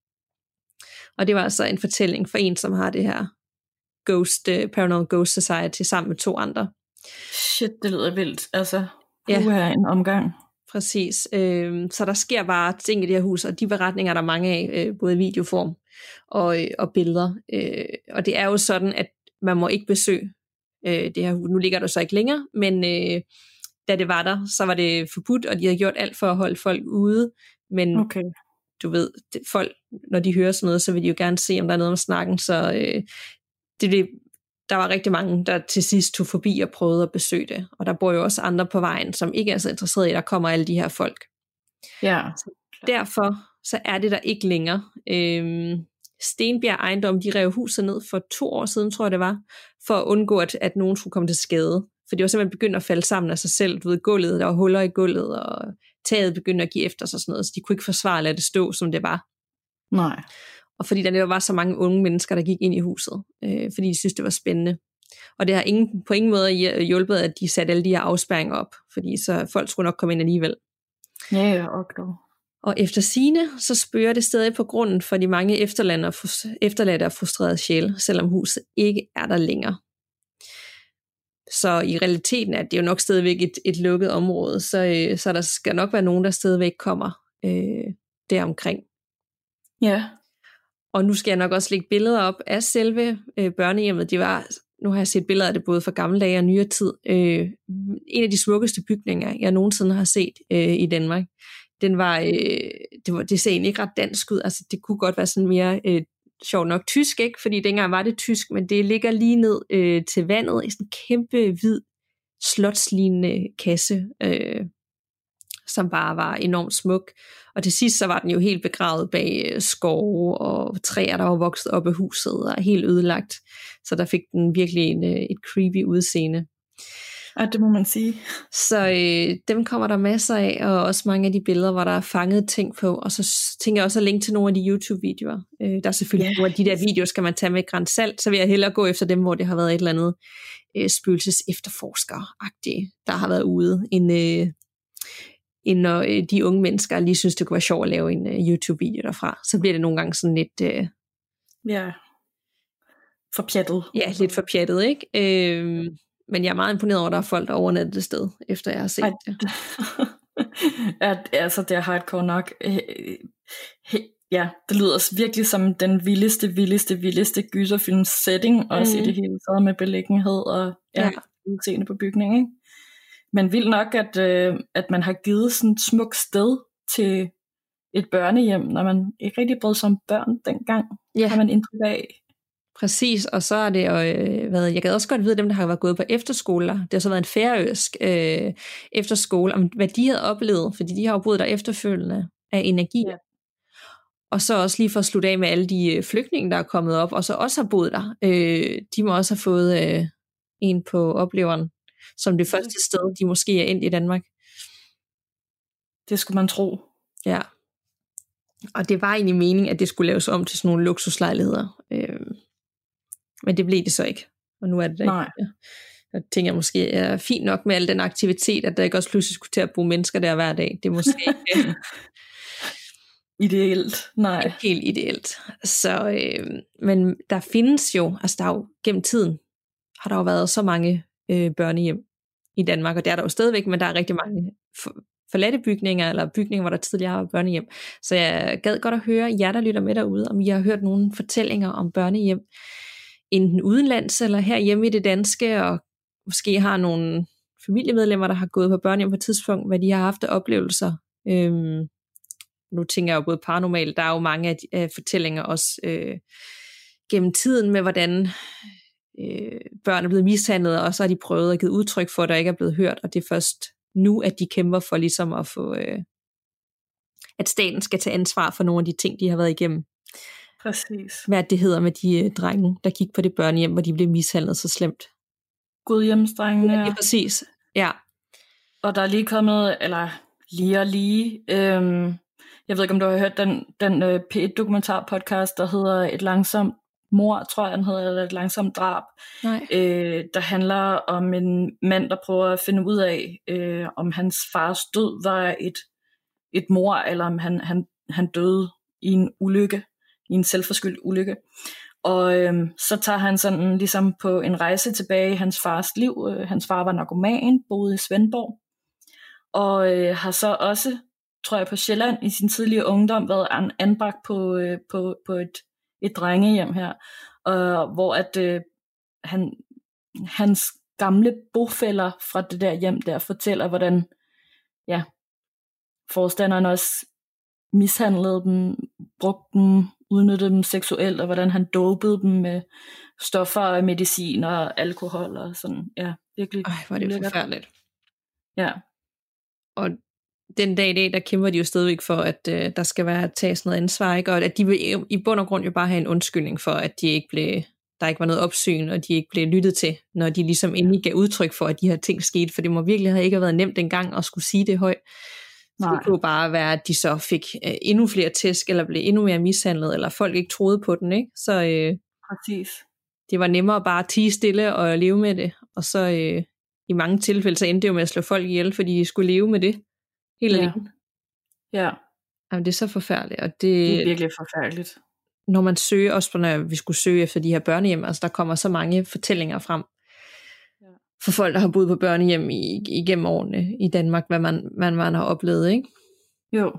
A: Og det var altså en fortælling for en, som har det her Ghost, uh, Paranormal Ghost Society sammen med to andre.
B: Shit, det lyder vildt. Altså,
A: ja.
B: Uha, en omgang.
A: Præcis. Øh, så der sker bare ting i det her hus, og de beretninger er der mange af, øh, både i videoform og, øh, og billeder. Øh, og det er jo sådan, at man må ikke besøge øh, det her hus. Nu ligger der så ikke længere, men øh, da det var der, så var det forbudt, og de havde gjort alt for at holde folk ude. Men
B: okay.
A: Du ved, det, folk, når de hører sådan noget, så vil de jo gerne se, om der er noget om snakken. Så øh, det, det, der var rigtig mange, der til sidst tog forbi og prøvede at besøge det. Og der bor jo også andre på vejen, som ikke er så interesserede i, at der kommer alle de her folk.
B: Ja.
A: Så derfor så er det der ikke længere. Øhm, Stenbjerg Ejendom, de rev huset ned for to år siden, tror jeg det var, for at undgå, at, at nogen skulle komme til skade. For det var simpelthen begyndt at falde sammen af sig selv. Du ved, gulvet, der var huller i gulvet, og taget begyndte at give efter sig sådan noget, så de kunne ikke forsvare at lade det stå, som det var.
B: Nej.
A: Og fordi der var så mange unge mennesker, der gik ind i huset, øh, fordi de synes det var spændende. Og det har ingen, på ingen måde hjulpet, at de satte alle de her afspærringer op, fordi så folk skulle nok komme ind alligevel.
B: Ja, ja, okay.
A: Og efter sigende, så spørger det stadig på grunden for de mange efterladte og frustrerede sjæle, selvom huset ikke er der længere. Så i realiteten er det jo nok stadigvæk et, et lukket område, så, øh, så der skal nok være nogen, der stadigvæk kommer øh, deromkring.
B: Ja.
A: Og nu skal jeg nok også lægge billeder op af selve øh, børnehjemmet. De var, nu har jeg set billeder af det både fra gamle dage og nyere tid. Øh, en af de smukkeste bygninger, jeg nogensinde har set øh, i Danmark. Den var, øh, det, var, det ser egentlig ikke ret dansk ud. Altså, det kunne godt være sådan mere øh, sjovt nok tysk, ikke? Fordi dengang var det tysk, men det ligger lige ned øh, til vandet i sådan en kæmpe hvid slotslignende kasse, øh, som bare var enormt smuk. Og til sidst så var den jo helt begravet bag øh, skove og træer, der var vokset op af huset og helt ødelagt. Så der fik den virkelig en, øh, et creepy udseende.
B: Ja, det må man sige.
A: Så øh, dem kommer der masser af, og også mange af de billeder, hvor der er fanget ting på. Og så tænker jeg også at linke til nogle af de YouTube-videoer. Øh, der er selvfølgelig yeah. nogle af de der videoer, skal man tage med gran salt, så vil jeg hellere gå efter dem, hvor det har været et eller andet øh, spøgelses efterforsker-agtigt, der har været ude, end, øh, end når øh, de unge mennesker lige synes, det kunne være sjovt at lave en øh, YouTube-video derfra. Så bliver det nogle gange sådan lidt... Øh,
B: ja, forpjattet.
A: Ja, lidt forpjattet, ikke? Øh, Men jeg er meget imponeret over, at der er folk, der overnatter det sted, efter jeg har set det.
B: Ja, altså det er hardcore nok. Ja, det lyder virkelig som den vildeste, vildeste, vildeste gyserfilm setting, også mm. i det hele taget med beliggenhed og ja, ja. udseende på bygningen. Ikke? Men vildt nok, at, øh, at man har givet sådan et smukt sted til et børnehjem, når man ikke rigtig brød sig om børn dengang, ja. Har man indtryk af.
A: Præcis, og så er det jo, øh, hvad, jeg kan også godt vide, dem der har været gået på efterskoler, det har så været en færøsk øh, efterskole, om hvad de havde oplevet, fordi de har jo boet der efterfølgende af energi. Ja. Og så også lige for at slutte af med alle de flygtninge, der er kommet op, og så også har boet der. Øh, de må også have fået øh, en på opleveren, som det første sted, de måske er endt i Danmark.
B: Det skulle man tro.
A: Ja. Og det var egentlig meningen, at det skulle laves om til sådan nogle luksuslejligheder. Øh, Men det blev det så ikke. Og nu er det der
B: Nej.
A: ikke. Jeg tænker måske er fint nok med al den aktivitet, at der ikke også pludselig skulle til at bruge mennesker der hver dag. Det er måske ikke
B: ideelt. Nej.
A: Ikke helt ideelt. Så, øh, men der findes jo, altså der er jo gennem tiden, har der jo været så mange øh, børnehjem i Danmark, og det er der jo stadigvæk, men der er rigtig mange for, forladte bygninger, eller bygninger, hvor der tidligere var børnehjem. Så jeg gad godt at høre jer, der lytter med derude, om I har hørt nogle fortællinger om børnehjem, enten udenlands eller herhjemme i det danske, og måske har nogle familiemedlemmer, der har gået på børnehjem på et tidspunkt, hvad de har haft af oplevelser. Øhm, nu tænker jeg jo både paranormalt, der er jo mange af, de, af fortællinger også øh, gennem tiden med, hvordan øh, børn er blevet mishandlet, og så har de prøvet at give udtryk for, at der ikke er blevet hørt, og det er først nu, at de kæmper for ligesom at få, øh, at staten skal tage ansvar for nogle af de ting, de har været igennem.
B: Præcis.
A: Hvad det hedder med de øh, drenge, der gik på det børnehjem, hvor de blev mishandlet så slemt.
B: Godhjemsdrengene.
A: Ja, præcis. Ja.
B: Og der er lige kommet, eller lige og lige, øhm, Jeg ved ikke, om du har hørt den, den uh, P et dokumentar-podcast, der hedder Et langsomt mord, tror jeg, den hedder, eller Et langsomt drab.
A: Nej.
B: Øh, der handler om en mand, der prøver at finde ud af, øh, om hans fars død var et, et mord, eller om han, han, han døde i en ulykke, i en selvforskyldt ulykke. Og øh, så tager han sådan ligesom på en rejse tilbage i hans fars liv. Øh, hans far var narkoman, boede i Svendborg, og øh, har så også, tror jeg, på Sjælland i sin tidlige ungdom været an, anbragt på, øh, på, på et, et drengehjem her, øh, hvor at øh, han, hans gamle bofæller fra det der hjem der fortæller, hvordan ja, forstanderen også mishandlede dem, brugte dem, udnyttede dem seksuelt, og hvordan han dopede dem med stoffer og medicin og alkohol og sådan. Ja, virkelig.
A: Ej, hvor er det forfærdeligt.
B: Ja.
A: Og den dag i dag, der kæmper de jo stadigvæk for, at øh, der skal være tages noget ansvar, ikke? Og at de vil i bund og grund jo bare have en undskyldning for, at de ikke blev, der ikke var noget opsyn, og de ikke blev lyttet til, når de ligesom endelig gav udtryk for, at de her ting skete, for det må virkelig have ikke været nemt engang at skulle sige det højt. Nej. Det kunne bare være, at de så fik øh, endnu flere tæsk, eller blev endnu mere mishandlet, eller folk ikke troede på den, ikke? Så øh,
B: præcis.
A: Det var nemmere bare at tie stille og leve med det, og så øh, i mange tilfælde, så endte det jo med at slå folk ihjel, fordi de skulle leve med det hele
B: ja.
A: livet.
B: Ja.
A: Jamen, det er så forfærdeligt, og det,
B: det er virkelig forfærdeligt.
A: Når man søger, også når vi skulle søge efter de her børnehjem, altså der kommer så mange fortællinger frem, for folk, der har boet på børnehjem i, igennem årene i Danmark, hvad man, man, man har oplevet, ikke?
B: Jo.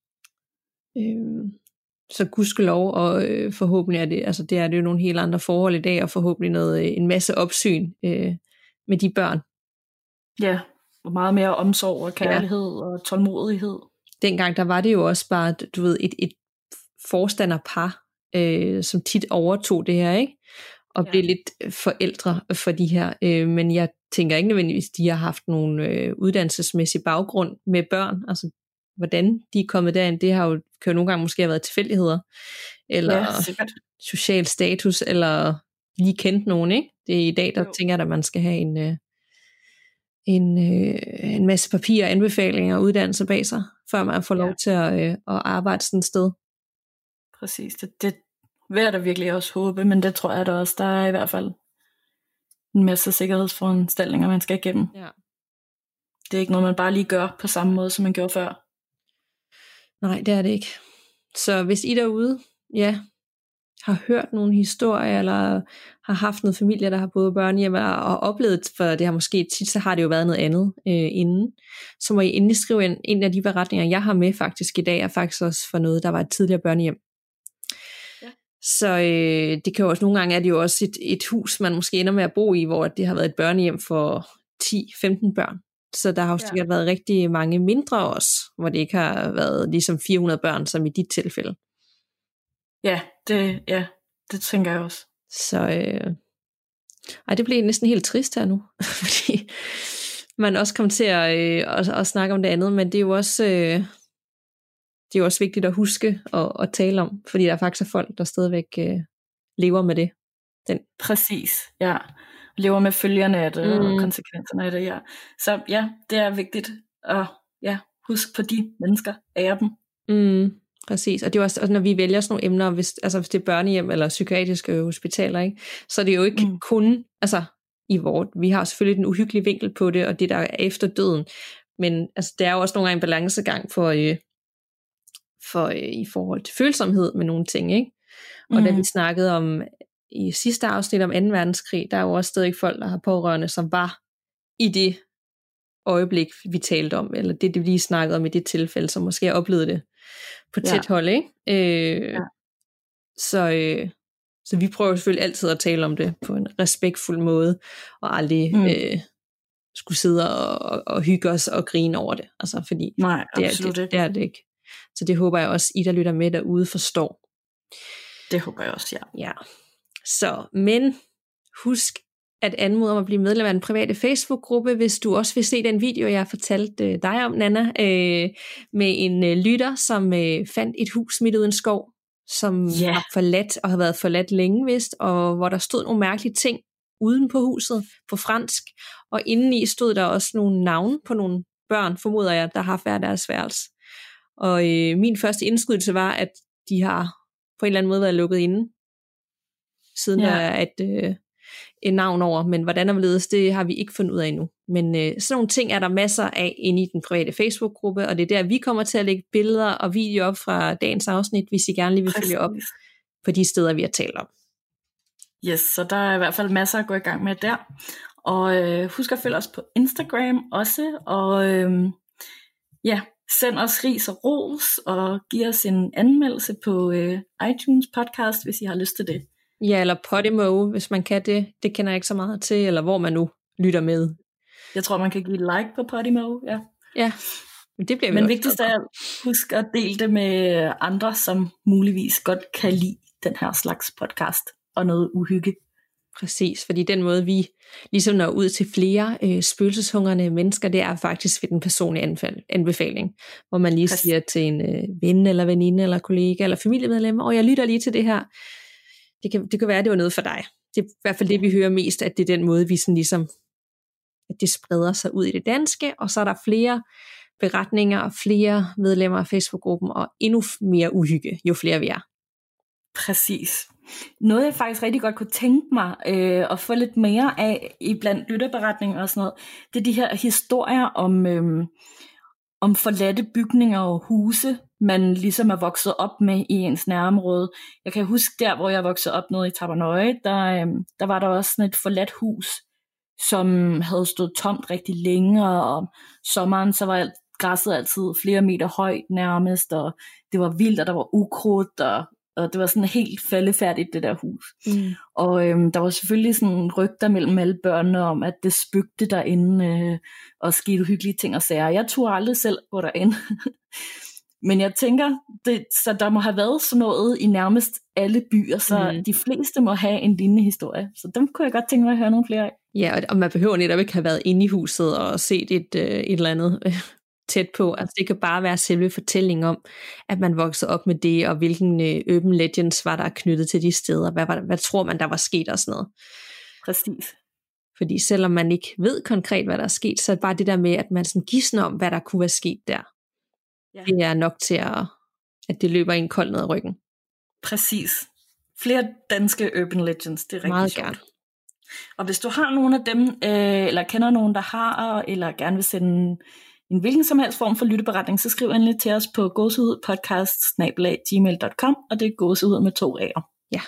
A: Øhm, så gudskelov, og øh, forhåbentlig er det, altså det er det jo nogle helt andre forhold i dag, og forhåbentlig noget, øh, en masse opsyn øh, med de børn.
B: Ja, og meget mere omsorg og kærlighed ja. Og tålmodighed.
A: Dengang, der var det jo også bare, du ved, et, et forstanderpar, øh, som tit overtog det her, ikke? Og blev ja. lidt forældre for de her. Øh, men jeg tænker ikke nødvendigvis, de har haft nogle øh, uddannelsesmæssig baggrund med børn. Altså, hvordan de er kommet derind, det har jo, kan jo nogle gange måske have været tilfældigheder. Eller
B: ja,
A: social status, eller lige kendt nogen, ikke? Det er i dag, der jo. tænker jeg, at man skal have en, øh, en, øh, en masse papir, anbefalinger og uddannelser bag sig, før man får lov ja. til at, øh, at arbejde sådan et sted.
B: Præcis, det, det vil jeg da virkelig også håbe, men det tror jeg da også, der er i hvert fald en masse sikkerhedsforanstaltninger, man skal igennem.
A: Ja.
B: Det er ikke noget, man bare lige gør på samme måde, som man gjorde før.
A: Nej, det er det ikke. Så hvis I derude, ja, har hørt nogle historier, eller har haft noget familie, der har boet børnehjem, og oplevet, for det har måske tit, så har det jo været noget andet øh, inden, så må I endelig skrive ind. En af de beretninger, jeg har med faktisk i dag, er faktisk også for noget, der var et tidligere børnehjem. Så øh, det kan jo også, nogle gange er det jo også et, et hus, man måske ender med at bo i, hvor det har været et børnehjem for ti til femten børn. Så der har jo sikkert ja. været rigtig mange mindre også, hvor det ikke har været ligesom fire hundrede børn, som i dit tilfælde.
B: Ja, det, ja, det tænker jeg også.
A: Så øh, ej, det blev næsten helt trist her nu, fordi man også kom til at, øh, at, at snakke om det andet, men det er jo også... Øh, Det er jo også vigtigt at huske og, at tale om, fordi der faktisk er folk, der stadigvæk øh, lever med det. Den.
B: Præcis, ja. Lever med følgerne af det, mm. og konsekvenserne af det, ja. Så ja, det er vigtigt at ja, huske på de mennesker, ære dem.
A: Mm, præcis, og det er også, også, når vi vælger sådan nogle emner, hvis, altså hvis det er børnehjem eller psykiatriske hospitaler, ikke, så er det jo ikke mm. kun, altså i vort, vi har selvfølgelig den uhyggelige vinkel på det, og det der er efter døden, men altså, det er jo også nogle gange en balancegang for... Øh, for øh, i forhold til følsomhed med nogle ting, ikke? Og mm. da vi snakkede om i sidste afsnit om anden verdenskrig, der er jo også stadig folk, der har pårørende, som var i det øjeblik, vi talte om, eller det, det vi lige snakkede om i det tilfælde, som måske har oplevet det på tæt ja. hold, ikke? Øh, ja. så, øh, så vi prøver selvfølgelig altid at tale om det på en respektfuld måde, og aldrig mm. øh, skulle sidde og, og, og hygge os og grine over det, altså fordi
B: Nej,
A: det, er, det, det er det ikke. Så det håber jeg også, I der lytter med derude forstår.
B: Det håber jeg også, ja.
A: Ja. Så, men husk at anmode om at blive medlem af den private Facebook-gruppe, hvis du også vil se den video, jeg har fortalt øh, dig om, Nanna, øh, med en øh, lytter, som øh, fandt et hus midt ude i en skov, som yeah. har forladt og har været forladt længe vist, og hvor der stod nogle mærkelige ting uden på huset på fransk, og indeni stod der også nogle navne på nogle børn, formoder jeg, der har haft hver deres værelse. Og øh, min første indskydelse var, at de har på en eller anden måde været lukket inde, siden ja. Der er et, øh, et navn over, men hvordan og hvorledes, det har vi ikke fundet ud af endnu. Men øh, sådan nogle ting er der masser af inde i den private Facebook-gruppe, og det er der, vi kommer til at lægge billeder og videoer op fra dagens afsnit, hvis I gerne lige vil følge op på de steder, vi har talt om.
B: Yes, så der er i hvert fald masser at gå i gang med der. Og øh, husk at følge os på Instagram også, og øh, ja, send os ris og ros, og giv os en anmeldelse på øh, iTunes podcast, hvis I har lyst til det.
A: Ja, eller Podimo, hvis man kan det. Det kender jeg ikke så meget til, eller hvor man nu lytter med.
B: Jeg tror, man kan give et like på Podimo, ja.
A: Ja, men det bliver vi
B: Men
A: også
B: vigtigst er, husk at dele det med andre, som muligvis godt kan lide den her slags podcast, og noget uhygge.
A: Præcis, fordi den måde, vi ligesom når ud til flere øh, spøgelseshungrende mennesker, det er faktisk ved den personlige anfald, anbefaling, hvor man lige Præcis. Siger til en øh, ven, eller veninde, eller kollega, eller familiemedlem, og jeg lytter lige til det her. Det kan, det kan være, at det var noget for dig. Det er i hvert fald det, vi hører mest, at det er den måde, vi sådan ligesom, at det spreder sig ud i det danske, og så er der flere beretninger, og flere medlemmer af Facebook-gruppen, og endnu mere uhygge, jo flere vi er.
B: Præcis. Noget jeg faktisk rigtig godt kunne tænke mig øh, at få lidt mere af i blandt lytterberetninger og sådan noget, det er de her historier om, øh, om forladte bygninger og huse, man ligesom er vokset op med i ens nærområde. Jeg kan huske der, hvor jeg voksede op nede i Tabernøje, der, øh, der var der også sådan et forladt hus, som havde stået tomt rigtig længe, og om sommeren så var alt, græsset altid flere meter højt nærmest, og det var vildt, og der var ukrudt, og og det var sådan helt faldefærdigt, det der hus. Mm. Og øhm, der var selvfølgelig sådan rygter mellem alle børnene om, at det spøgte derinde, øh, og skete uhyggelige ting og sager. Jeg turde aldrig selv gå derinde. Men jeg tænker, det, så der må have været sådan noget i nærmest alle byer, så mm. de fleste må have en lignende historie. Så dem kunne jeg godt tænke mig at høre nogle flere af.
A: Ja, og man behøver netop ikke have været inde i huset og set et, øh, et eller andet øh, tæt på. Altså det kan bare være selve fortællingen om, at man voksede op med det, og hvilken øh, urban legends var der knyttet til de steder. Hvad, hvad, hvad tror man, der var sket og sådan noget.
B: Præcis.
A: Fordi selvom man ikke ved konkret, hvad der er sket, så er det bare det der med, at man sådan gisner om, hvad der kunne være sket der. Ja. Det er nok til, at, at det løber en kold ned ad ryggen.
B: Præcis. Flere danske urban legends, det er rigtig
A: meget
B: sjovt.
A: Gerne.
B: Og hvis du har nogen af dem, øh, eller kender nogen, der har, eller gerne vil sende en hvilken som helst form for lytteberetning, så skriv endelig til os på gåsehudpodcast snabel-a gmail punktum com, og det er gåsehud med to A'er.
A: Ja,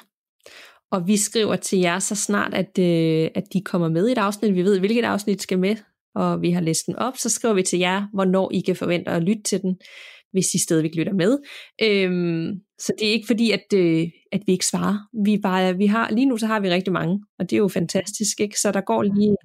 A: og vi skriver til jer så snart, at, øh, at de kommer med i et afsnit. Vi ved, hvilket afsnit skal med, og vi har læst den op. Så skriver vi til jer, hvornår I kan forvente at lytte til den, hvis I stadigvæk lytter med. Øhm, så det er ikke fordi, at, øh, at vi ikke svarer. Vi bare, vi har, lige nu så har vi rigtig mange, og det er jo fantastisk, ikke? Så der går lige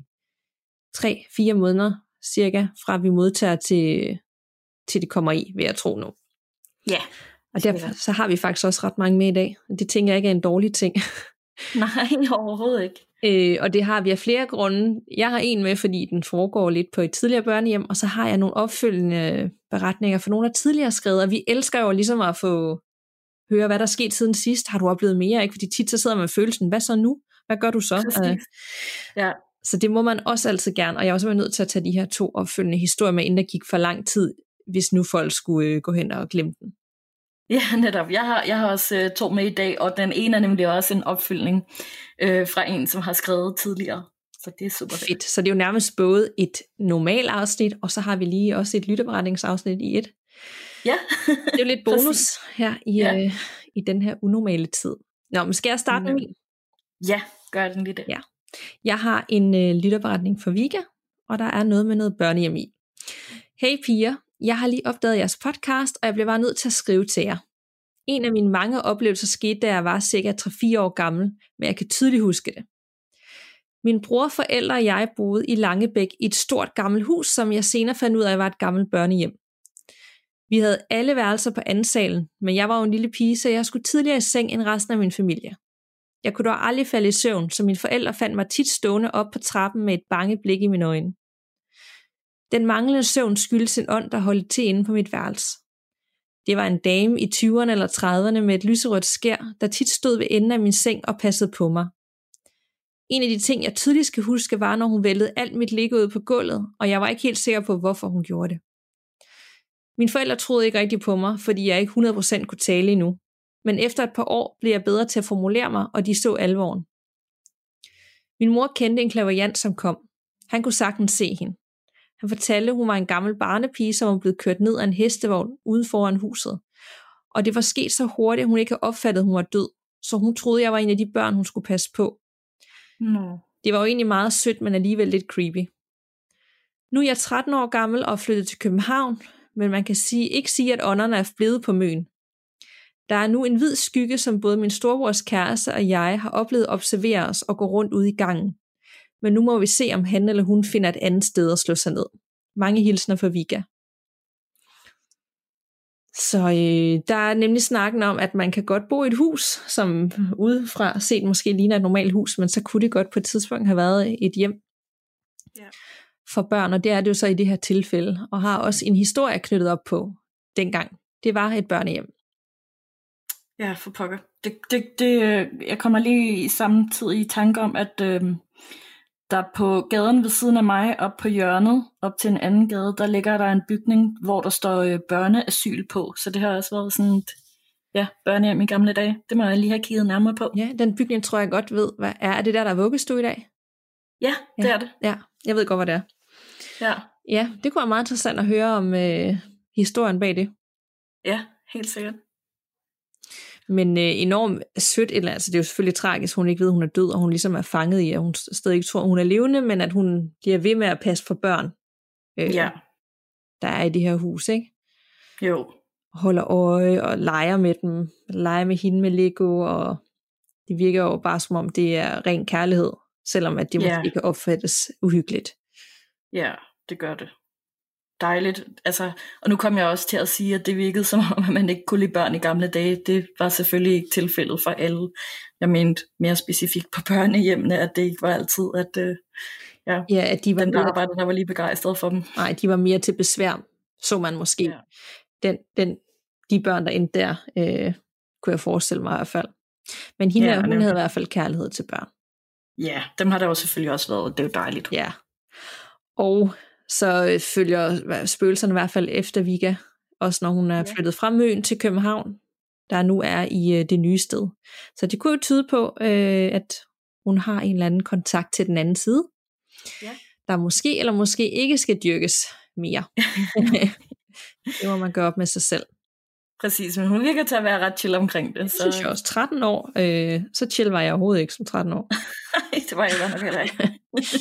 A: tre, fire måneder cirka, fra vi modtager til, til det kommer i, vil jeg tro nu.
B: Ja.
A: Og derfor så har vi faktisk også ret mange med i dag. Det tænker jeg ikke er en dårlig ting.
B: Nej, overhovedet ikke.
A: Øh, og det har vi af flere grunde. Jeg har en med, fordi den foregår lidt på et tidligere børnehjem, og så har jeg nogle opfølgende beretninger for nogle af tidligere skrevet, og vi elsker jo ligesom at få høre, hvad der er sket siden sidst. Har du oplevet mere? Ikke? Fordi tit så sidder man med følelsen, hvad så nu? Hvad gør du så? Øh,
B: ja.
A: Så det må man også altid gerne, og jeg er også nødt til at tage de her to opfølgende historier med, inden der gik for lang tid, hvis nu folk skulle øh, gå hen og glemme den.
B: Ja, netop. Jeg har, jeg har også øh, to med i dag, og den ene er nemlig også en opfølgning øh, fra en, som har skrevet tidligere. Så det er super fedt.
A: fedt. Så det er jo nærmest både et normalt afsnit, og så har vi lige også et lytteberetningsafsnit i et.
B: Ja.
A: Det er jo lidt bonus her i, ja. øh, i den her unormale tid. Nå, men skal jeg starte med min?
B: Ja, gør den lige det.
A: Ja. Jeg har en øh, lytterberetning for Vika, og der er noget med noget børnehjem i. Hey piger, jeg har lige opdaget jeres podcast, og jeg blev bare nødt til at skrive til jer. En af mine mange oplevelser skete, da jeg var cirka tre fire år gammel, men jeg kan tydeligt huske det. Min bror, forældre og jeg boede i Langebæk i et stort gammelt hus, som jeg senere fandt ud af var et gammelt børnehjem. Vi havde alle værelser på anden salen, men jeg var jo en lille pige, så jeg skulle tidligere i seng end resten af min familie. Jeg kunne dog aldrig falde i søvn, så mine forældre fandt mig tit stående op på trappen med et bange blik i mine øjne. Den manglende søvn skyldes en ånd, der holdt til inde på mit værelse. Det var en dame i tyverne eller trediverne med et lyserødt skær, der tit stod ved enden af min seng og passede på mig. En af de ting, jeg tydeligt skal huske, var, når hun væltede alt mit ligge ud på gulvet, og jeg var ikke helt sikker på, hvorfor hun gjorde det. Mine forældre troede ikke rigtig på mig, fordi jeg ikke hundrede procent kunne tale endnu. Men efter et par år blev jeg bedre til at formulere mig, og de så alvoren. Min mor kendte en clairvoyant, som kom. Han kunne sagtens se hende. Han fortalte, at hun var en gammel barnepige, som var blevet kørt ned af en hestevogn ude foran huset. Og det var sket så hurtigt, at hun ikke havde opfattet, at hun var død. Så hun troede, jeg var en af de børn, hun skulle passe på.
B: No.
A: Det var jo egentlig meget sødt, men alligevel lidt creepy. Nu er jeg tretten år gammel og flyttet til København, men man kan sige, ikke sige, at ånderne er blevet på Møn. Der er nu en hvid skygge, som både min storebrors kæreste og jeg har oplevet at observere os og gå rundt ude i gangen. Men nu må vi se, om han eller hun finder et andet sted at slå sig ned. Mange hilsner fra Vika. Så øh, der er nemlig snakken om, at man kan godt bo i et hus, som udefra set måske ligner et normalt hus, men så kunne det godt på et tidspunkt have været et hjem ja. for børn, og det er det jo så i det her tilfælde, og har også en historie knyttet op på dengang. Det var et børnehjem.
B: Ja, for pokker. Det, det, det, jeg kommer lige samtidig i tanke om, at øh, der på gaden ved siden af mig, op på hjørnet, op til en anden gade, der ligger der en bygning, hvor der står øh, børneasyl på. Så det har også været sådan et ja, børnehjem i gamle dage. Det må jeg lige have kigget nærmere på.
A: Ja, den bygning tror jeg godt ved. Hvad er, er det der, der er vuggestue i dag?
B: Ja, det
A: ja,
B: er det.
A: Ja, jeg ved godt, hvad det er.
B: Ja,
A: ja det kunne være meget interessant at høre om øh, historien bag det.
B: Ja, helt sikkert.
A: Men øh, enormt sødt, eller, altså det er jo selvfølgelig tragisk, hun ikke ved, at hun er død, og hun ligesom er fanget i, at hun stadig ikke tror, at hun er levende, men at hun bliver ved med at passe for børn, øh,
B: ja.
A: der er i det her hus, ikke?
B: Jo.
A: Holder øje og leger med dem, leger med hende med Lego, og det virker jo bare som om, det er ren kærlighed, selvom at det
B: ja.
A: måske kan opfattes uhyggeligt.
B: Ja, det gør det. Dejligt. Altså, og nu kom jeg også til at sige, at det virkede som om, at man ikke kunne lide børn i gamle dage. Det var selvfølgelig ikke tilfældet for alle. Jeg mente mere specifikt på børnehjemmene, at det ikke var altid, at, øh, ja,
A: ja, at de var
B: den
A: mere,
B: arbejder, der var lige begejstret for dem.
A: Nej, de var mere til besvær, så man måske. Ja. Den, den, de børn, der endte der, øh, kunne jeg forestille mig i hvert fald. Men hende, ja, hun havde i hvert fald kærlighed til børn.
B: Ja, dem har der jo selvfølgelig også været. Det er jo dejligt.
A: Ja. Og så følger spøgelserne i hvert fald efter Vika, også når hun er flyttet fra Møn til København, der nu er i øh, det nye sted. Så det kunne jo tyde på, øh, at hun har en eller anden kontakt til den anden side, ja. der måske eller måske ikke skal dyrkes mere. Det må man gøre op med sig selv.
B: Præcis, men hun virker til at være ret chill omkring det.
A: Det så... synes jeg også. tretten år, øh, så chill var jeg overhovedet ikke som tretten år.
B: Det var jeg godt nok heller ikke.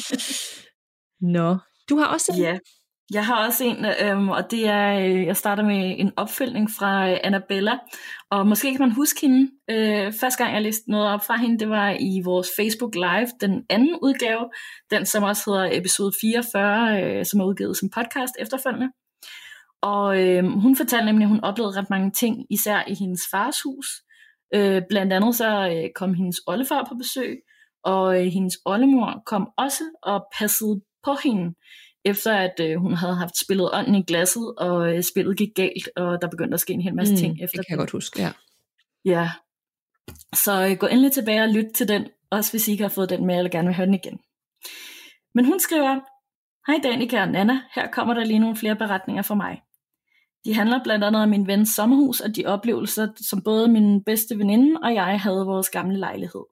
A: Nå, du har også en?
B: Ja, jeg har også en, øhm, og det er, jeg starter med en opfølgning fra Annabella, og måske kan man huske hende. Øh, første gang jeg læste noget op fra hende, det var i vores Facebook Live, den anden udgave, den som også hedder episode fireogfyrre, øh, som er udgivet som podcast efterfølgende. Og øh, hun fortalte nemlig, at hun oplevede ret mange ting, især i hendes fars hus. Øh, blandt andet så øh, kom hendes oldefar på besøg, og øh, hendes oldemor kom også og passede på hende, efter at øh, hun havde haft spillet ånden i glasset, og øh, spillet gik galt, og der begyndte at ske en hel masse mm, ting efter
A: det. kan jeg godt huske, ja.
B: Ja, så øh, gå endelig tilbage og lyt til den, også hvis I ikke har fået den med, eller gerne vil høre den igen. Men hun skriver, hej Danika og Nana, her kommer der lige nogle flere beretninger fra mig. De handler blandt andet om min vens sommerhus, og de oplevelser, som både min bedste veninde og jeg havde i vores gamle lejlighed.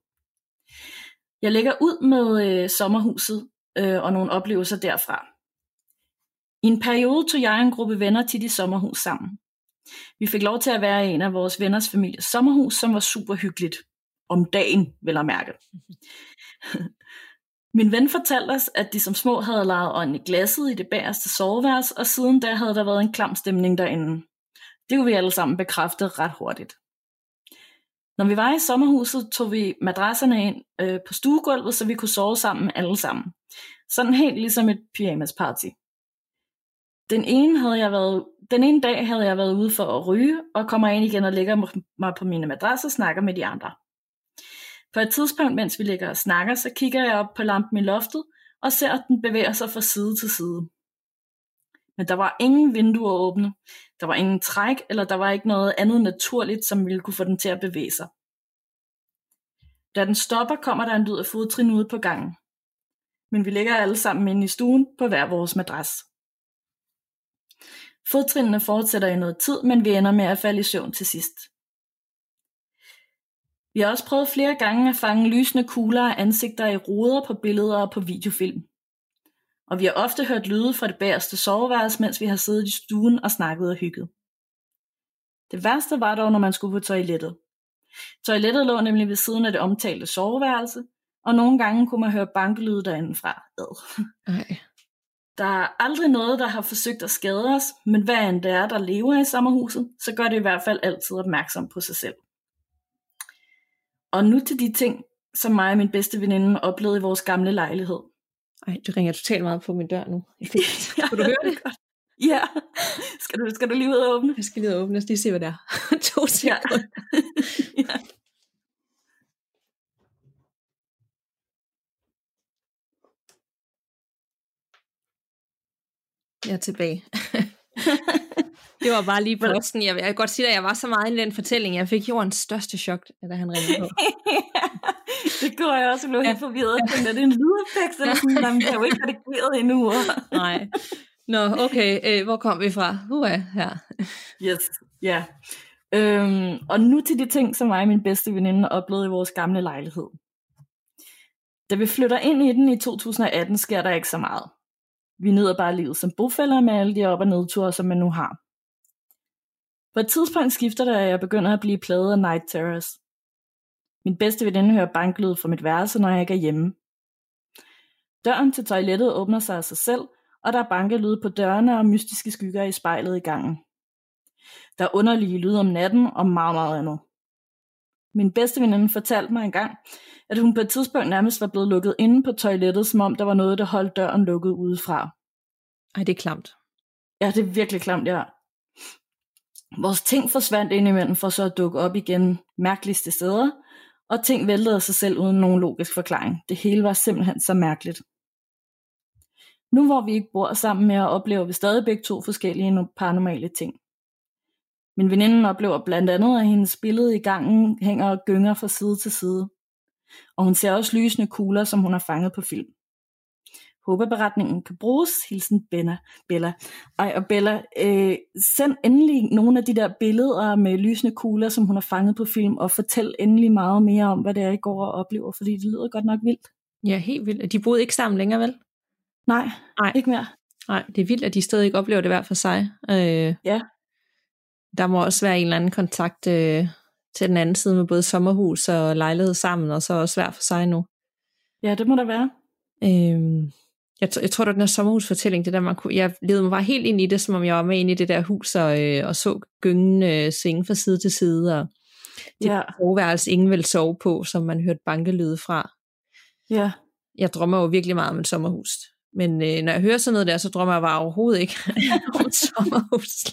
B: Jeg lægger ud med øh, sommerhuset, og nogle oplevelser derfra. I en periode tog jeg og en gruppe venner til de sommerhus sammen. Vi fik lov til at være i en af vores venners families sommerhus, som var super hyggeligt. Om dagen, vil jeg mærke. Min ven fortalte os, at de som små havde leget ånden i glasset i det bagerste soveværelse, og siden da havde der været en klam stemning derinde. Det kunne vi alle sammen bekræfte ret hurtigt. Når vi var i sommerhuset, tog vi madrasserne ind øh, på stuegulvet, så vi kunne sove sammen alle sammen. Sådan helt ligesom et pyjamas party. Den ene, havde jeg været, den ene dag havde jeg været ude for at ryge, og kommer ind igen og lægger mig på mine madrasser og snakker med de andre. På et tidspunkt, mens vi ligger og snakker, så kigger jeg op på lampen i loftet, og ser, at den bevæger sig fra side til side. Men der var ingen vinduer åbne, der var ingen træk, eller der var ikke noget andet naturligt, som ville kunne få den til at bevæge sig. Da den stopper, kommer der en lyd af fodtrin ude på gangen. Men vi ligger alle sammen inde i stuen på hver vores madras. Fodtrinene fortsætter i noget tid, men vi ender med at falde i søvn til sidst. Vi har også prøvet flere gange at fange lysende kugler af ansigter i ruder på billeder og på videofilm. Og vi har ofte hørt lyde fra det bagerste soveværelse, mens vi har siddet i stuen og snakket og hygget. Det værste var dog, når man skulle på toilettet. Toilettet lå nemlig ved siden af det omtalte soveværelse, og nogle gange kunne man høre bankelyde derindefra.
A: Okay.
B: Der er aldrig noget, der har forsøgt at skade os, men hvad end det er, der lever i sommerhuset, så gør det i hvert fald altid opmærksom på sig selv. Og nu til de ting, som mig og min bedste veninde oplevede i vores gamle lejlighed.
A: Ej, du ringer totalt meget på min dør nu. Kunne du høre det?
B: Ja. Skal du, skal du lige ud og åbne?
A: Jeg skal lige ud og åbne, og lige se, hvad det er. to sekunder.
B: Ja. Ja.
A: Jeg er tilbage. Det var bare lige posten. Jeg vil godt sige, at jeg var så meget i den fortælling. Jeg fik jordens største chok, da han ringede på.
B: Det går jeg også, blev helt forvirret. Er det en lydeffekt, eller sådan? Jamen, det er jo ikke redigeret endnu.
A: Nej. Nå, okay. Øh, hvor kom vi fra? Uha, her.
B: Yes, ja. Yeah. Øhm, og nu til de ting, som mig og min bedste veninde oplevede i vores gamle lejlighed. Da vi flytter ind i den i to tusind og atten, sker der ikke så meget. Vi nyder bare livet som bofæller med alle de op- og nedture, som man nu har. På et tidspunkt skifter det, at jeg begynder at blive plaget af night terrors. Min bedste veninde hører banklyd fra mit værelse, når jeg ikke er hjemme. Døren til toilettet åbner sig af sig selv, og der er bankelyd på dørene og mystiske skygger i spejlet i gangen. Der er underlige lyde om natten og meget, meget andet. Min bedste veninde fortalte mig engang, at hun på et tidspunkt nærmest var blevet lukket inde på toilettet, som om der var noget, der holdt døren lukket udefra.
A: Ej, det er klamt.
B: Ja, det er virkelig klamt, ja. Vores ting forsvandt indimellem for så at dukke op igen mærkeligste steder, og ting væltede af sig selv uden nogen logisk forklaring. Det hele var simpelthen så mærkeligt. Nu hvor vi ikke bor sammen mere, oplever vi stadig begge to forskellige paranormale ting. Min veninde oplever blandt andet, at hendes billede i gangen hænger og gynger fra side til side. Og hun ser også lysende kugler, som hun har fanget på film. Håber beretningen kan bruges. Hilsen Bella. Bella. Ej, og Bella, øh, send endelig nogle af de der billeder med lysende kugler, som hun har fanget på film, og fortæl endelig meget mere om, hvad det er, I går og oplever, fordi det lyder godt nok vildt.
A: Ja, helt vildt. De boede ikke sammen længere, vel?
B: Nej, Nej. ikke mere.
A: Nej, det er vildt, at de stadig ikke oplever det hver for sig. Øh,
B: ja.
A: Der må også være en eller anden kontakt øh, til den anden side med både sommerhus og lejlighed sammen, og så også hver for sig nu.
B: Ja, det må der være.
A: Øh, jeg, t- jeg tror, det var den her sommerhusfortælling, det der, man kunne, jeg levede mig bare helt ind i det, som om jeg var med inde i det der hus, og, øh, og så gyngen øh, svinge fra side til side, og det
B: ja.
A: soveværelse, ingen ville sove på, som man hørte bankelyde fra.
B: Ja.
A: Jeg drømmer jo virkelig meget om et sommerhus. Men øh, når jeg hører sådan noget der, så drømmer jeg bare overhovedet ikke om et sommerhus.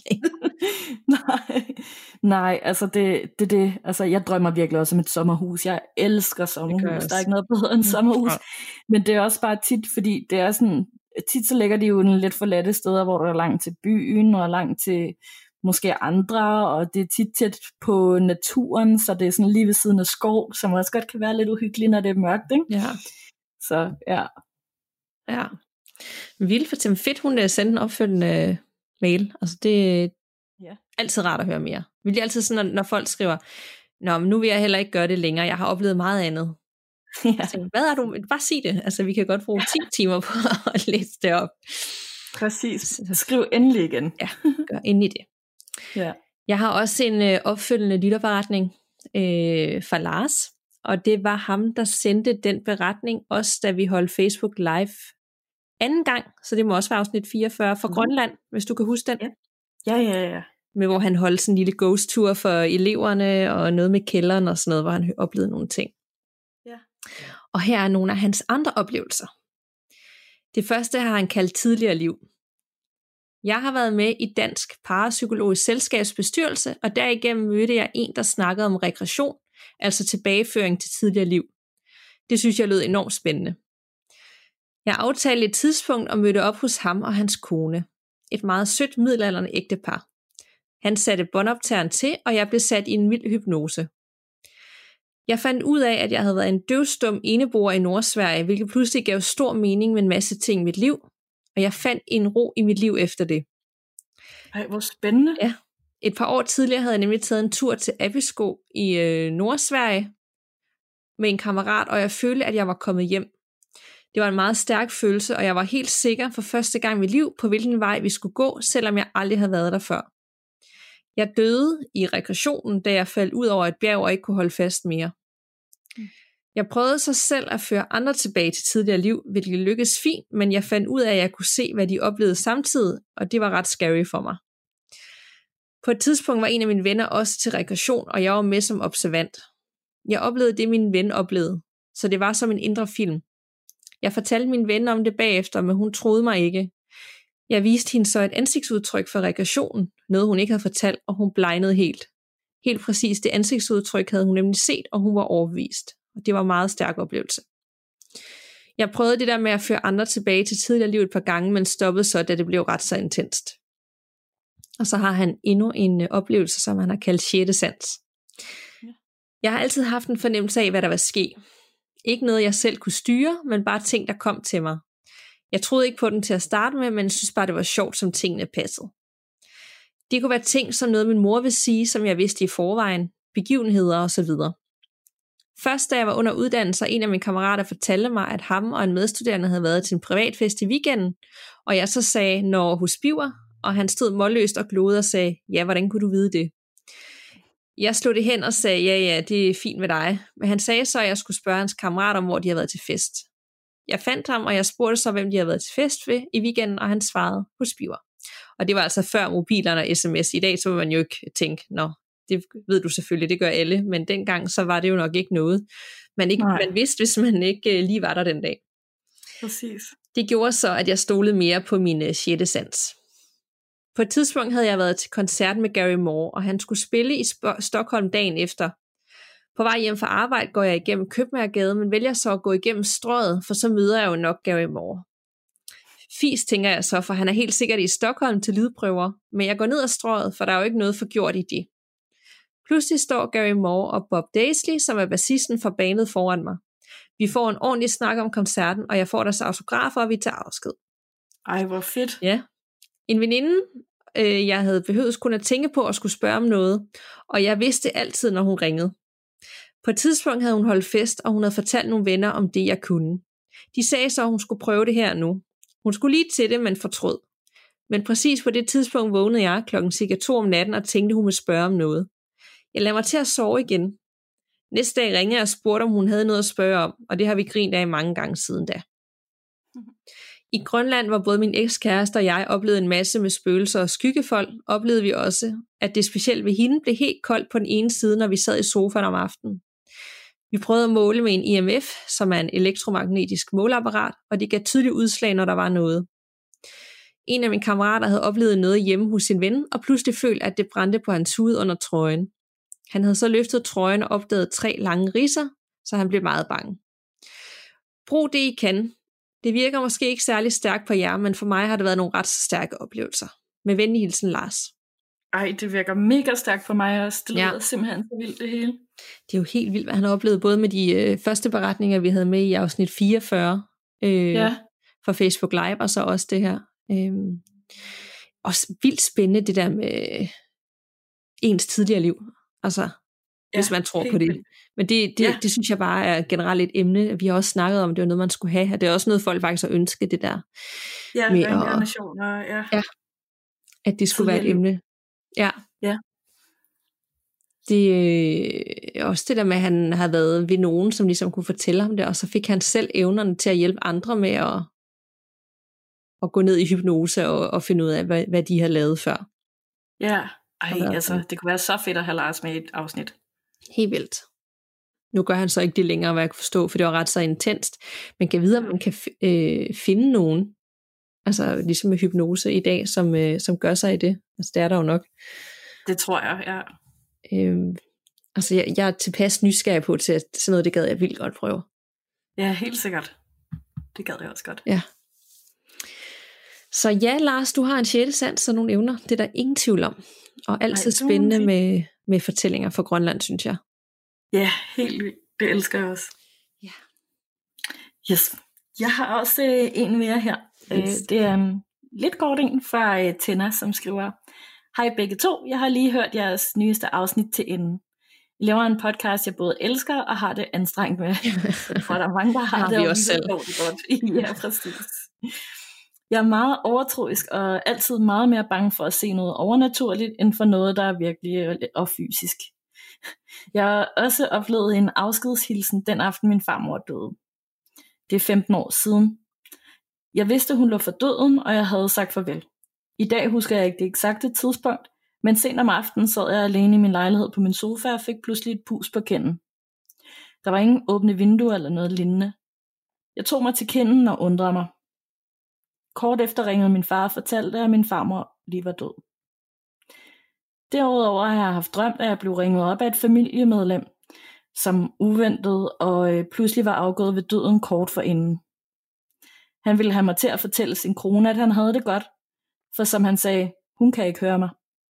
B: nej, nej, altså det, det, det, altså jeg drømmer virkelig også om et sommerhus. Jeg elsker sommerhus. Der er ikke noget bedre end sommerhus. Ja. Men det er også bare tit, fordi det er sådan, tit så ligger de jo en lidt forladte steder, hvor der er langt til byen, og langt til måske andre, og det er tit tæt på naturen, så det er sådan lige ved siden af skov, som også godt kan være lidt uhyggeligt, når det er mørkt, ikke?
A: Ja.
B: Så ja.
A: Ja. Vildt for eksempel fedt, hun sendte en opfølgende mail. Altså det er
B: ja.
A: altid rart at høre mere. Vil de altid sådan, når, når folk skriver, nå, men nu vil jeg heller ikke gøre det længere, jeg har oplevet meget andet. Ja. Tænker, hvad er du? Bare sig det. Altså vi kan godt bruge ti timer på at læse det op.
B: Præcis. Skriv endelig igen.
A: Ja, gør endelig det.
B: Ja.
A: Jeg har også en øh, opfølgende lytterberetning øh, fra Lars, og det var ham, der sendte den beretning, også da vi holdt Facebook Live anden gang, så det må også være afsnit fireogfyrre fra mm. Grønland, hvis du kan huske den.
B: Ja, ja, ja. ja.
A: Med hvor han holdt sådan en lille ghost tour for eleverne, og noget med kælderen og sådan noget, hvor han oplevede nogle ting.
B: Ja.
A: Og her er nogle af hans andre oplevelser. Det første har han kaldt tidligere liv. Jeg har været med i Dansk Parapsykologisk Selskabs bestyrelse, og derigennem mødte jeg en, der snakkede om regression, altså tilbageføring til tidligere liv. Det synes jeg lød enormt spændende. Jeg aftalte et tidspunkt og mødte op hos ham og hans kone. Et meget sødt middelaldrende ægtepar. Han satte båndoptageren til, og jeg blev sat i en mild hypnose. Jeg fandt ud af, at jeg havde været en døvstum eneboer i Nordsverige, hvilket pludselig gav stor mening med en masse ting i mit liv, og jeg fandt en ro i mit liv efter det.
B: Ej, hvor spændende.
A: Ja. Et par år tidligere havde jeg nemlig taget en tur til Abisko i øh, Nordsverige med en kammerat, og jeg følte, at jeg var kommet hjem. Det var en meget stærk følelse, og jeg var helt sikker for første gang i mit liv, på hvilken vej vi skulle gå, selvom jeg aldrig havde været der før. Jeg døde i regressionen, da jeg faldt ud over et bjerg og ikke kunne holde fast mere. Jeg prøvede så selv at føre andre tilbage til tidligere liv, hvilket lykkedes fint, men jeg fandt ud af, at jeg kunne se, hvad de oplevede samtidig, og det var ret scary for mig. På et tidspunkt var en af mine venner også til regression, og jeg var med som observant. Jeg oplevede det, min ven oplevede, så det var som en indre film. Jeg fortalte min ven om det bagefter, men hun troede mig ikke. Jeg viste hende så et ansigtsudtryk for regressionen, noget hun ikke havde fortalt, og hun blegnede helt. Helt præcis det ansigtsudtryk havde hun nemlig set, og hun var overbevist. Og det var en meget stærk oplevelse. Jeg prøvede det der med at føre andre tilbage til tidligere liv et par gange, men stoppede så, da det blev ret så intenst. Og så har han endnu en oplevelse, som han har kaldt sjette sans. Jeg har altid haft en fornemmelse af, hvad der var ske. Ikke noget, jeg selv kunne styre, men bare ting, der kom til mig. Jeg troede ikke på den til at starte med, men synes bare, det var sjovt, som tingene passede. Det kunne være ting, som noget min mor vil sige, som jeg vidste i forvejen, begivenheder osv. Først da jeg var under uddannelse, en af mine kammerater fortalte mig, at ham og en medstuderende havde været til en privatfest i weekenden, og jeg så sagde, når hos Biver, og han stod målløst og glodede og sagde, ja, hvordan kunne du vide det? Jeg slog det hen og sagde, ja, ja, det er fint med dig. Men han sagde så, at jeg skulle spørge hans kammerat om, hvor de havde været til fest. Jeg fandt ham, og jeg spurgte så, hvem de havde været til fest ved i weekenden, og han svarede hos Biver. Og det var altså før mobilerne og sms. I dag så vil man jo ikke tænke, nå, det ved du selvfølgelig, det gør alle, men dengang så var det jo nok ikke noget, man, ikke, man vidste, hvis man ikke lige var der den dag.
B: Præcis.
A: Det gjorde så, at jeg stolede mere på min sjette sans. På et tidspunkt havde jeg været til koncert med Gary Moore, og han skulle spille i Sp- Stockholm dagen efter. På vej hjem fra arbejde går jeg igennem Købmagergade, men vælger så at gå igennem Strøget, for så møder jeg jo nok Gary Moore. Fis, tænker jeg så, for han er helt sikkert i Stockholm til lydprøver, men jeg går ned ad Strøget, for der er jo ikke noget forgjort i det. Pludselig står Gary Moore og Bob Daisley, som er bassisten for bandet foran mig. Vi får en ordentlig snak om koncerten, og jeg får deres autografer, og vi tager afsked.
B: Ej, hvor fedt.
A: Ja. En veninde, øh, jeg havde behøvet kun at tænke på at skulle spørge om noget, og jeg vidste altid, når hun ringede. På et tidspunkt havde hun holdt fest, og hun havde fortalt nogle venner om det, jeg kunne. De sagde så, at hun skulle prøve det her nu. Hun skulle lige til det, men fortrød. Men præcis på det tidspunkt vågnede jeg klokken cirka to om natten og tænkte, hun ville spørge om noget. Jeg lagde mig til at sove igen. Næste dag ringede jeg og spurgte, om hun havde noget at spørge om, og det har vi grint af mange gange siden da. I Grønland, hvor både min ekskæreste og jeg oplevede en masse med spøgelser og skyggefolk, oplevede vi også, at det specielt ved hende blev helt koldt på den ene side, når vi sad i sofaen om aftenen. Vi prøvede at måle med en I M F, som er en elektromagnetisk måleapparat, og det gav tydeligt udslag, når der var noget. En af mine kammerater havde oplevet noget hjemme hos sin ven, og pludselig følte, at det brændte på hans hud under trøjen. Han havde så løftet trøjen og opdaget tre lange ridser, så han blev meget bange. Brug det, I kan. Det virker måske ikke særlig stærkt på jer, men for mig har det været nogle ret stærke oplevelser. Med venlig hilsen, Lars.
B: Ej, det virker mega stærkt for mig også. Det lyder ja. simpelthen så vildt det hele.
A: Det er jo helt vildt, hvad han har oplevet, både med de øh, første beretninger, vi havde med i afsnit fireogfyrre øh, ja. fra Facebook Live, og så også det her. Øh, også vildt spændende, det der med ens tidligere liv. Altså, ja, hvis man tror på det. Vildt. Men det, det, ja. det synes jeg bare er generelt et emne. Vi har også snakket om, det var noget, man skulle have. Og det er også noget, folk faktisk har ønsket, det der.
B: Ja, reinkarnationer, ja.
A: ja. At det skulle tidligere være et emne. Ja.
B: Ja.
A: Det er øh, også det der med, at han har været ved nogen, som ligesom kunne fortælle ham det, og så fik han selv evnerne til at hjælpe andre med at, at gå ned i hypnose og, og finde ud af, hvad, hvad de har lavet før.
B: Ja, ej, altså, det kunne være så fedt at have Lars med i et afsnit.
A: Helt vildt. Nu gør han så ikke det længere, hvad jeg kan forstå, for det var ret så intenst. Men kan vide, om man kan øh, finde nogen, altså ligesom med hypnose i dag, som, øh, som gør sig i det. Altså det er der jo nok.
B: Det tror jeg, ja.
A: Øhm, altså jeg, jeg er tilpas nysgerrig på til, at sådan noget, det gad jeg vildt godt prøve.
B: Ja, helt sikkert. Det gad jeg også godt.
A: Ja. Så ja, Lars, du har en sjette sans og nogle evner. Det er der ingen tvivl om. Og altid Ej, spændende med, med fortællinger fra Grønland, synes jeg.
B: Ja, helt vildt. Det elsker jeg også.
A: Ja.
B: Yes. Jeg har også øh, en mere her. Yes. Øh, det er, lidt kort en fra uh, Tina, som skriver: Hej begge to, jeg har lige hørt jeres nyeste afsnit til enden. I laver en podcast, jeg både elsker og har det anstrengt med. Jeg tror, der er mange, der har, har det,
A: vi
B: og
A: også selv.
B: Det godt. Ja, præcis. Jeg er meget overtroisk og altid meget mere bange for at se noget overnaturligt, end for noget, der er virkelig og fysisk. Jeg har også oplevet en afskedshilsen den aften, min farmor døde. Det er femten år siden. Jeg vidste, hun lå for døden, og jeg havde sagt farvel. I dag husker jeg ikke det eksakte tidspunkt, men sent om aftenen sad jeg alene i min lejlighed på min sofa og fik pludselig et pus på kinden. Der var ingen åbne vinduer eller noget lignende. Jeg tog mig til kinden og undrede mig. Kort efter ringede min far og fortalte, at min farmor lige var død. Derudover har jeg haft drømt, at jeg blev ringet op af et familiemedlem, som uventet og pludselig var afgået ved døden kort forinden. Han ville have mig til at fortælle sin kone, at han havde det godt, for som han sagde, hun kan ikke høre mig.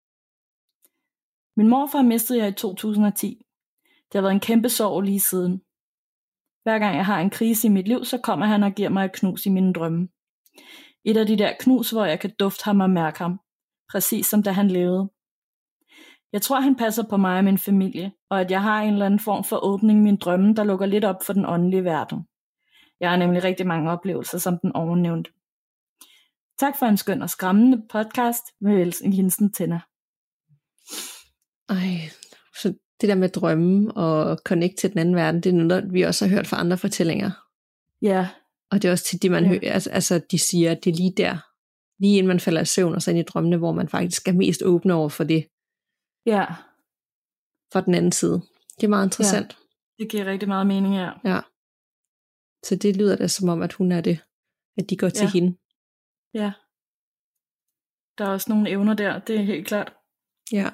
B: Min morfar mistede jeg i to tusind og ti. Det har været en kæmpe sorg lige siden. Hver gang jeg har en krise i mit liv, så kommer han og giver mig et knus i mine drømme. Et af de der knus, hvor jeg kan dufte ham og mærke ham, præcis som da han levede. Jeg tror, han passer på mig og min familie, og at jeg har en eller anden form for åbning i min drømme, der lukker lidt op for den åndelige verden. Jeg har nemlig rigtig mange oplevelser, som den ovennævnte. Tak for en skøn og skræmmende podcast. Med hilsen, Tina.
A: Ej, så det der med drømme og connect til den anden verden, det er noget, vi også har hørt fra andre fortællinger.
B: Ja.
A: Og det er også til det, man ja. hører, altså, altså de siger, at det er lige der, lige inden man falder i søvn og så ind i drømmene, hvor man faktisk er mest åbne over for det.
B: Ja.
A: Fra den anden side. Det er meget interessant.
B: Ja. Det giver rigtig meget mening, ja.
A: Ja. Så det lyder da som om, at hun er det, at de går til
B: ja.
A: hende.
B: Ja. Der er også nogle evner der, det er helt klart.
A: Ja.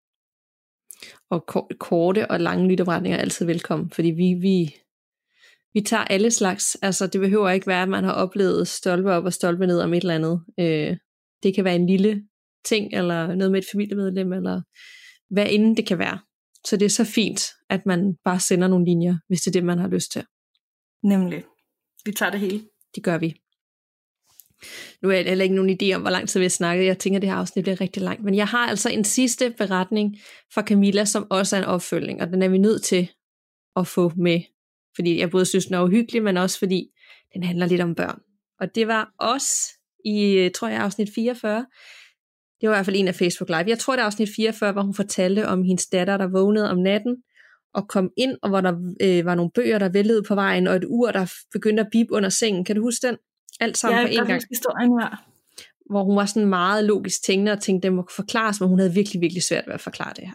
A: Og korte og lange lytopretninger er altid velkommen, fordi vi, vi, vi tager alle slags, altså det behøver ikke være, at man har oplevet stolpe op og stolpe ned om et eller andet. Øh, det kan være en lille ting, eller noget med et familiemedlem, eller hvad inden det kan være. Så det er så fint, at man bare sender nogle linjer, hvis det er det, man har lyst til.
B: Nemlig. Vi tager det hele.
A: Det gør vi. Nu er jeg heller ikke nogen idé om, hvor lang tid vi har snakket. Jeg tænker, at det her afsnit bliver rigtig langt. Men jeg har altså en sidste beretning fra Camilla, som også er en opfølgning, og den er vi nødt til at få med. Fordi jeg både synes, den er uhyggelig, men også fordi den handler lidt om børn. Og det var også i, tror jeg, afsnit fireogfyrre. Det var i hvert fald en af Facebook Live. Jeg tror, det er afsnit fireogfyrre, hvor hun fortalte om hendes datter, der vågnede om natten og kom ind, og hvor der øh, var nogle bøger, der væltede på vejen, og et ur, der begyndte at bippe under sengen. Kan du huske den? Alt sammen
B: ja,
A: på en gang.
B: Historien her.
A: Hvor hun var sådan meget logisk tænkende og tænkte, det må forklares, men hun havde virkelig, virkelig svært ved at forklare det her.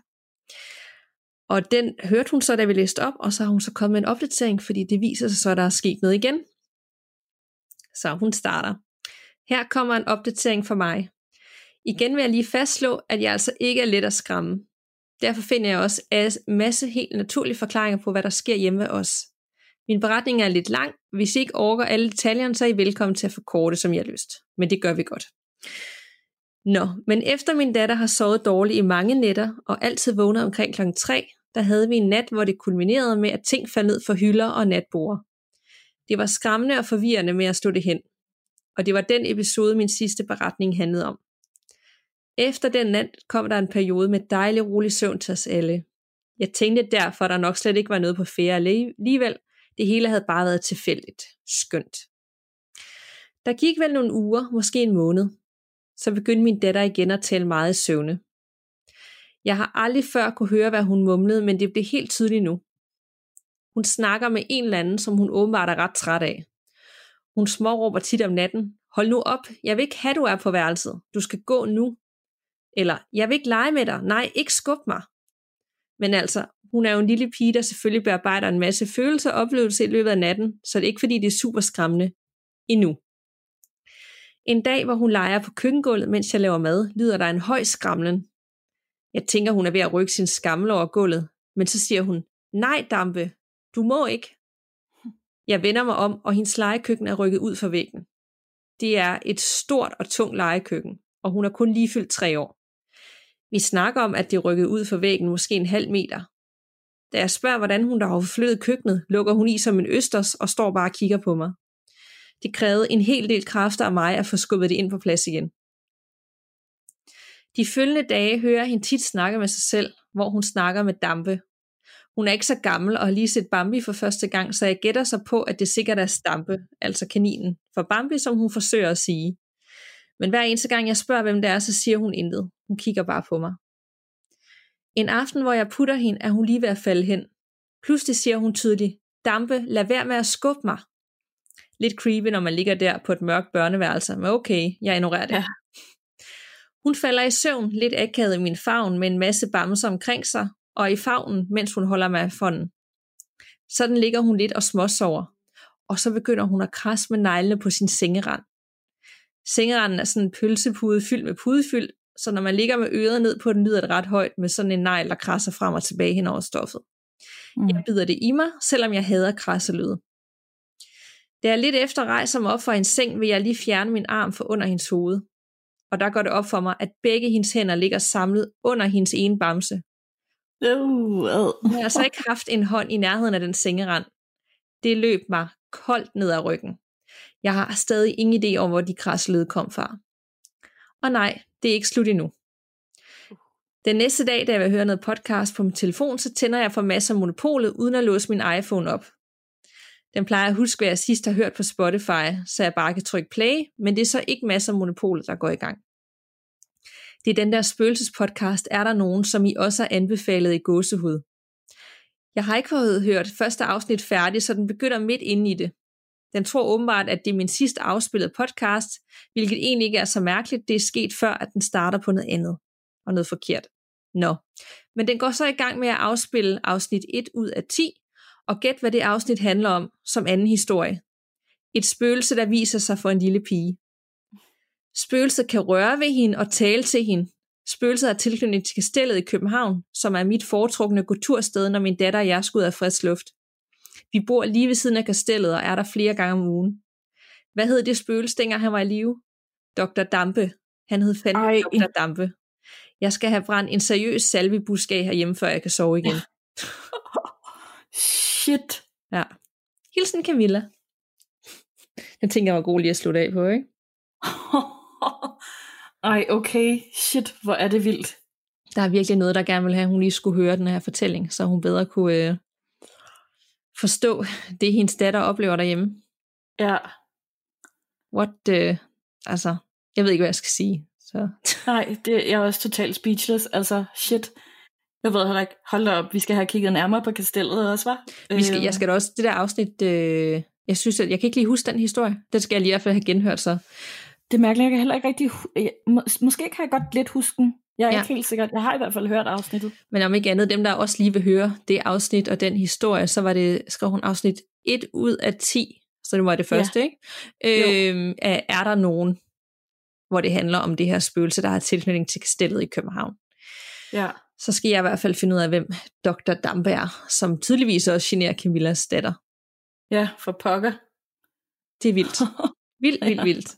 A: Og den hørte hun så, da vi læste op, og så har hun så kommet med en opdatering, fordi det viser sig så, at der er sket noget igen. Så hun starter. Her kommer en opdatering for mig. Igen vil jeg lige fastslå, at jeg altså ikke er let at skræmme. Derfor finder jeg også en masse helt naturlige forklaringer på, hvad der sker hjemme ved os. Min beretning er lidt lang. Hvis I ikke orker alle detaljerne, så er I velkommen til at forkorte, som jeg har lyst. Men det gør vi godt. Nå, men efter min datter har sovet dårligt i mange nætter, og altid vågnet omkring klokken tre, der havde vi en nat, hvor det kulminerede med, at ting faldt ned for hylder og natborde. Det var skræmmende og forvirrende med at stå det hen. Og det var den episode, min sidste beretning handlede om. Efter den nat kom der en periode med dejlig rolig søvn til os alle. Jeg tænkte derfor, at der nok slet ikke var noget på færre alligevel. Det hele havde bare været tilfældigt. Skønt. Der gik vel nogle uger, måske en måned. Så begyndte min datter igen at tale meget i søvne. Jeg har aldrig før kunne høre, hvad hun mumlede, men det blev helt tydeligt nu. Hun snakker med en eller anden, som hun åbenbart er ret træt af. Hun småråber tit om natten. Hold nu op, jeg vil ikke have, du er på værelset. Du skal gå nu. Eller, jeg vil ikke lege med dig. Nej, ikke skub mig. Men altså, hun er jo en lille pige, der selvfølgelig bearbejder en masse følelser og oplevelser i løbet af natten, så det er ikke fordi, det er super skræmmende. Endnu. En dag, hvor hun leger på køkkengulvet, mens jeg laver mad, lyder der en høj skramlen. Jeg tænker, hun er ved at rykke sin skammel over gulvet, men så siger hun, nej Dampe, du må ikke. Jeg vender mig om, og hendes legekøkken er rykket ud fra væggen. Det er et stort og tungt legekøkken, og hun er kun lige fyldt tre år. Vi snakker om, at det er rykket ud fra væggen måske en halv meter. Da jeg spørger, hvordan hun der har forflyttet køkkenet, lukker hun i som en østers og står bare og kigger på mig. Det krævede en hel del kræfter af mig at få skubbet det ind på plads igen. De følgende dage hører hende tit snakke med sig selv, hvor hun snakker med Dampe. Hun er ikke så gammel og har lige set Bambi for første gang, så jeg gætter sig på, at det sikkert er Stampe, altså kaninen, for Bambi, som hun forsøger at sige. Men hver eneste gang jeg spørger, hvem det er, så siger hun intet. Hun kigger bare på mig. En aften, hvor jeg putter hende, er hun lige ved at falde hen. Pludselig siger hun tydeligt, Dampe, lad være med at skubbe mig. Lidt creepy, når man ligger der på et mørkt børneværelse, men okay, jeg ignorerer det. Ja. Hun falder i søvn, lidt akavet i min favn, med en masse bamser omkring sig, og i favnen, mens hun holder mig af fonden. Sådan ligger hun lidt og småsover, og så begynder hun at krasse med neglene på sin sengerand. Sengeranden er sådan en pølsepude fyldt med pudefyld, så når man ligger med øret ned på den, lyder det ret højt med sådan en negl, der krasser frem og tilbage hen over stoffet. Mm. Jeg bider det i mig, selvom jeg hader krasselyde. Da jeg lidt efter rejser mig op fra en seng, vil jeg lige fjerne min arm for under hendes hoved. Og der går det op for mig, at begge hendes hænder ligger samlet under hendes ene bamse.
B: Uh, uh.
A: Hun har altså ikke haft en hånd i nærheden af den sengerand. Det løb mig koldt ned ad ryggen. Jeg har stadig ingen idé om, hvor de krasselyde kom fra. Og nej, det er ikke slut endnu. Den næste dag, da jeg vil høre noget podcast på min telefon, så tænder jeg for masser af Monopolet, uden at låse min iPhone op. Den plejer at huske, hvad jeg sidst har hørt på Spotify, så jeg bare kan trykke play, men det er så ikke masser af Monopolet, der går i gang. Det er den der spøgelsespodcast, Er der nogen, som I også har anbefalet i gåsehud. Jeg har ikke fået hørt første afsnit færdigt, så den begynder midt inde i det. Den tror åbenbart, at det er min sidste afspillede podcast, hvilket egentlig ikke er så mærkeligt. Det er sket før, at den starter på noget andet og noget forkert. Nå. Men den går så i gang med at afspille afsnit et ud af ti, og gæt hvad det afsnit handler om som anden historie. Et spøgelse, der viser sig for en lille pige. Spøgelset kan røre ved hende og tale til hende. Spøgelset er tilknyttet til kastellet i København, som er mit foretrukne gåtursted, når min datter og jeg skal ud af frisk luft. Vi bor lige ved siden af kastellet og er der flere gange om ugen. Hvad hed det spøgelse, dengang han var i live? doktor Dampe. Han hed fandme doktor Dampe. Jeg skal have brændt en seriøs salviebuske herhjemme, før jeg kan sove igen.
B: Shit.
A: Ja. Hilsen Camilla. Jeg tænker, jeg var god lige at slutte af på, ikke?
B: Ej, okay. Shit, hvor er det vildt.
A: Der er virkelig noget, der gerne vil have, at hun lige skulle høre den her fortælling, så hun bedre kunne øh, forstå det, hendes datter oplever derhjemme.
B: Ja.
A: What, øh, altså, jeg ved ikke, hvad jeg skal sige. Så.
B: Nej, det, jeg er også totalt speechless. Altså, shit. Jeg ved heller ikke, hold da op, vi skal have kigget nærmere på kastellet også, hva'?
A: Vi skal, jeg skal da også, det der afsnit, øh, jeg synes, at jeg kan ikke lige huske den historie. Den skal jeg lige i hvert fald have genhørt så.
B: Det er mærkeligt, jeg kan heller ikke rigtig, jeg, må, måske kan jeg godt lidt huske den. Jeg er ja. ikke helt sikker, jeg har i hvert fald hørt afsnittet.
A: Men om ikke andet, dem der også lige vil høre det afsnit og den historie, så var det, skrev hun afsnit et ud af ti, så det var det første, ja. ikke? Øh, er der nogen, hvor det handler om det her spøgelse, der har tilknytning til kastellet i København.
B: Ja.
A: Så skal jeg i hvert fald finde ud af, hvem doktor Dampe er, som tydeligvis også generer Camillas datter.
B: Ja, for pokker.
A: Det er vildt. Vildt, vildt, vildt.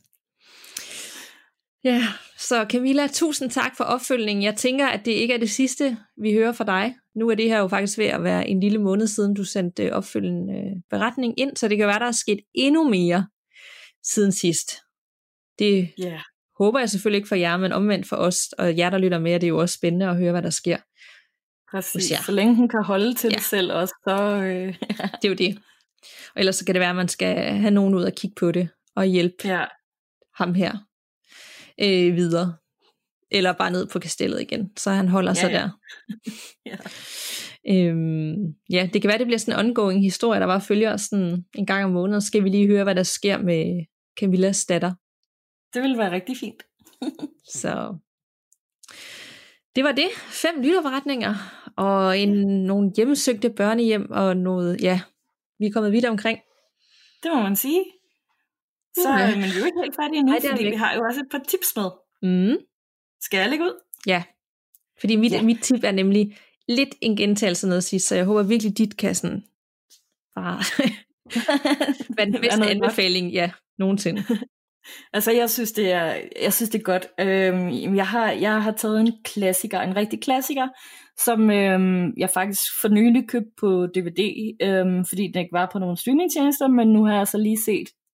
A: Ja, så Camilla, tusind tak for opfølgningen. Jeg tænker, at det ikke er det sidste, vi hører fra dig. Nu er det her jo faktisk ved at være en lille måned siden, du sendte opfølgende beretning ind, så det kan være, der er sket endnu mere siden sidst. Det yeah. håber jeg selvfølgelig ikke for jer, men omvendt for os, og jer, der lytter med, det er jo også spændende at høre, hvad der sker.
B: Præcis, så længe hun kan holde til ja. det selv også, så... Øh, ja.
A: Det er jo det. Og ellers så kan det være, at man skal have nogen ud og kigge på det, og hjælpe ja. ham her øh, videre. Eller bare ned på kastellet igen, så han holder ja, sig ja. der. ja. Øhm, ja, det kan være, det bliver sådan en ongoing historie, der bare følger os sådan en gang om måneden. Så skal vi lige høre, hvad der sker med Camillas datter.
B: Det ville være rigtig fint.
A: Så det var det. Fem lytterberetninger og en, nogle hjemmesøgte børnehjem og noget, ja, vi er kommet vidt omkring.
B: Det må man sige. Så uh, men vi er jo ikke helt færdige endnu, fordi vi. vi har jo også et par tips med.
A: Mm.
B: Skal jeg lægge ud?
A: Ja, fordi mit,
B: ja.
A: mit tip er nemlig lidt en gentagelse noget sidst, så jeg håber virkelig, dit kan sådan bare være den bedste anbefaling, ja, nogensinde.
B: Altså, jeg synes, det er, jeg synes, det er godt. Øhm, jeg, har, jeg har taget en klassiker, en rigtig klassiker, som øhm, jeg faktisk for nylig købte på D V D, øhm, fordi den ikke var på nogle streamingtjenester, men nu har jeg så lige set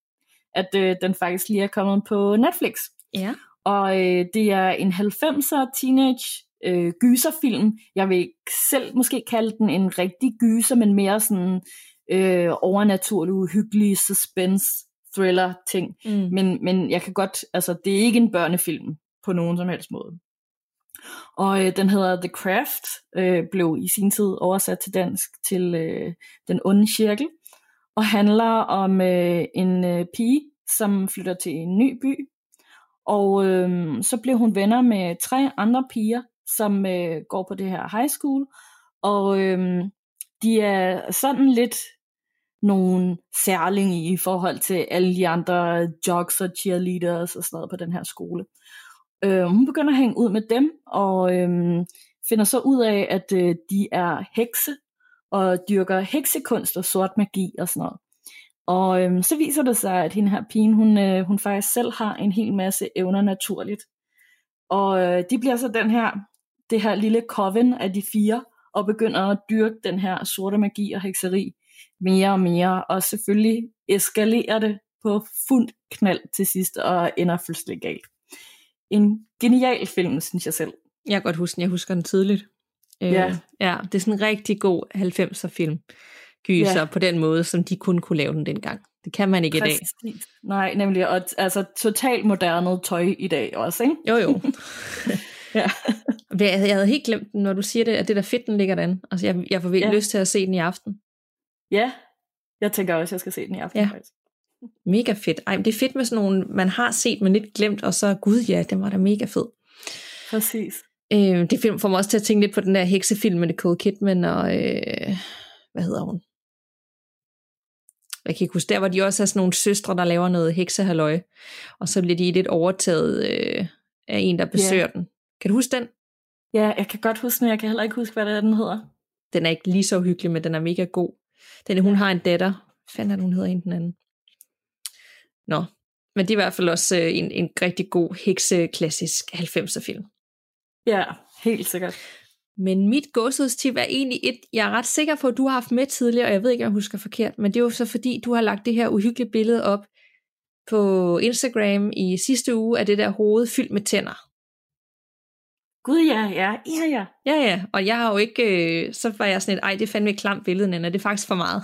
B: at øh, den faktisk lige er kommet på Netflix.
A: Ja.
B: Og øh, det er en halvfemser teenage øh, gyserfilm. Jeg vil ikke selv måske kalde den en rigtig gyser, men mere sådan øh, overnaturlig, uhyggelig suspense, thriller ting. Mm. Men, men jeg kan godt, altså det er ikke en børnefilm på nogen som helst måde. Og øh, den hedder The Craft, øh, blev i sin tid oversat til dansk til øh, Den onde cirkel, og handler om øh, en øh, pige, som flytter til en ny by, og øh, så bliver hun venner med tre andre piger, som øh, går på det her high school, og øh, de er sådan lidt nogle særlinge i forhold til alle de andre jocks og cheerleaders og sådan noget på den her skole. Øh, hun begynder at hænge ud med dem, og øh, finder så ud af, at øh, de er hekse, og dyrker heksekunst og sort magi og sådan noget. Og øh, så viser det sig, at hende her pigen, hun, øh, hun faktisk selv har en hel masse evner naturligt. Og øh, de bliver så den her, det her lille coven af de fire, og begynder at dyrke den her sorte magi og hekseri mere og mere, og selvfølgelig eskalerer det på fuldt knald til sidst, og ender fuldstændig galt. En genial film, synes jeg selv.
A: Jeg kan godt huske den, jeg husker den tidligt.
B: Ja.
A: Øh, ja, det er sådan en rigtig god halvfemser film. Gyser ja. På den måde, som de kun kunne lave den dengang. Det kan man ikke Præcis. I dag.
B: Nej, nemlig, og altså totalt moderne tøj i dag også, ikke?
A: Jo, jo. Ja. Jeg havde helt glemt, når du siger det, at det der fedt, den ligger derinde. Altså, jeg, jeg får virkelig ja. lyst til at se den i aften.
B: Ja, jeg tænker også, at jeg skal se den i aften.
A: Ja. Mega fedt. Ej, det er fedt med sådan nogle, man har set, men lidt glemt, og så, gud ja, den var da mega fed.
B: Præcis.
A: Øh, det film får mig også til at tænke lidt på den der heksefilm med Nicole Kidman, og øh, hvad hedder hun? Jeg kan ikke huske, der hvor de også er sådan nogle søstre, der laver noget heksehalløj, og så bliver de lidt overtaget øh, af en, der besøger yeah. den. Kan du huske den?
B: Ja, jeg kan godt huske den, jeg kan heller ikke huske, hvad det er, den hedder.
A: Den er ikke lige så hyggelig, men den er mega god. Den, hun har en datter. Hvad fanden er det, hun hedder en den anden? Nå, men det er i hvert fald også øh, en, en rigtig god hekseklassisk halvfemser film.
B: Ja, helt sikkert.
A: Men mit gåsehudstip er egentlig et, jeg er ret sikker på, at du har haft med tidligere, og jeg ved ikke, om jeg husker forkert, men det er jo så fordi, du har lagt det her uhyggelige billede op på Instagram i sidste uge af det der hoved fyldt med tænder.
B: Gud ja, ja, ja, ja.
A: Ja, ja, og jeg har jo ikke, øh, så var jeg sådan et, ej, det er fandme et klamt billede, Nana, det er faktisk for meget.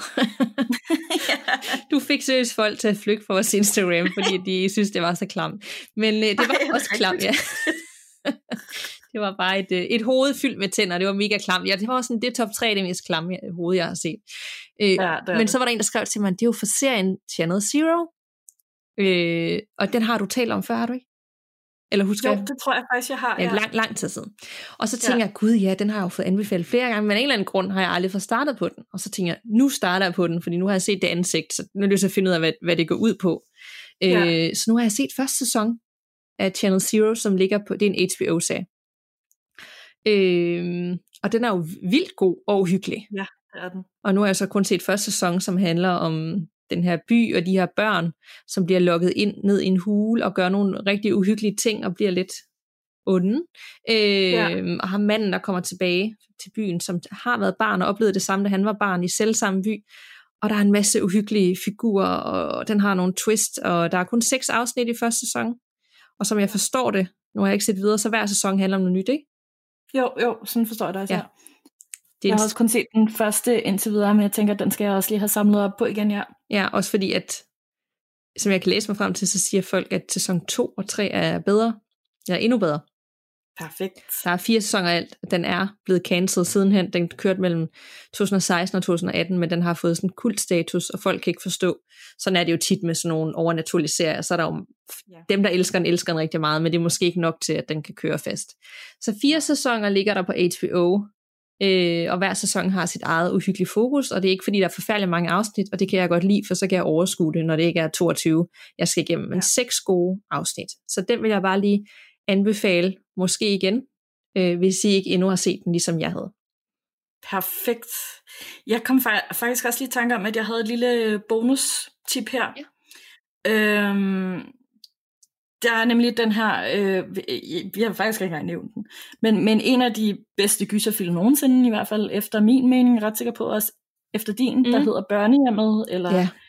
A: Du fik seriøst folk til at flygte fra vores Instagram, fordi de synes, det var så klamt. Men øh, det var også klamt, ja. Det var bare et, et hoved fyldt med tænder, det var mega klamt. Ja, det var sådan, det er top tre af det mest klamme hoved, jeg har set. Øh, ja, men det. Så var der en, der skrev til mig, det er jo for serien Channel Zero, øh, og den har du talt om før, har du ikke? Eller husker
B: jo, det tror jeg faktisk, jeg har.
A: Ja, ja. Lang, lang tid siden. Og så tænker ja. jeg, gud ja, den har jeg jo fået anbefalet flere gange, men af en eller anden grund har jeg aldrig fået startet på den. Og så tænker jeg, nu starter jeg på den, fordi nu har jeg set det ansigt, så nu er det så at finde ud af, hvad, hvad det går ud på. Ja. Øh, så nu har jeg set første sæson af Channel Zero, som ligger på, det er en H B O-serie. Øh, og den er jo vildt god og uhyggelig.
B: Ja, det er den.
A: Og nu har jeg så kun set første sæson, som handler om den her by og de her børn, som bliver lukket ind ned i en hule og gør nogle rigtig uhyggelige ting og bliver lidt onde. Øh, ja. Og har manden, der kommer tilbage til byen, som har været barn og oplevet det samme, da han var barn i selv samme by. Og der er en masse uhyggelige figurer, og den har nogle twist, og der er kun seks afsnit i første sæson. Og som jeg forstår det, nu har jeg ikke set videre, så hver sæson handler om noget nyt, ikke?
B: Jo, jo, sådan forstår jeg det også.
A: Ja.
B: Det jeg har også kun set den første indtil videre, men jeg tænker, at den skal jeg også lige have samlet op på igen, ja.
A: Ja, også fordi, at som jeg kan læse mig frem til, så siger folk, at sæson to og tre er bedre, eller endnu bedre.
B: Perfekt.
A: Der er fire sæsoner alt. Den er blevet cancelled sidenhen. Den kørte mellem to tusind og seksten og to tusind og atten, men den har fået sådan en kultstatus, og folk kan ikke forstå. Sådan er det jo tit med sådan nogle overnaturlige serier. Så er der jo ja. dem, der elsker den, elsker den rigtig meget, men det er måske ikke nok til, at den kan køre fast. Så fire sæsoner ligger der på H B O, øh, og hver sæson har sit eget uhyggelige fokus, og det er ikke fordi, der er forfærdeligt mange afsnit, og det kan jeg godt lide, for så kan jeg overskue det, når det ikke er toogtyve, jeg skal igennem. Men ja. seks gode afsnit. Så den vil jeg bare lige anbefale, måske igen, øh, hvis I ikke endnu har set den, ligesom jeg havde.
B: Perfekt. Jeg kom faktisk også lige i tanke om, at jeg havde et lille bonus-tip her. Ja. Øhm, der er nemlig den her, øh, vi har faktisk ikke engang nævnt den, men, men en af de bedste gyserfilm nogensinde, i hvert fald efter min mening, ret sikker på også efter din, mm. der hedder Børnehjemmet, eller
A: ja.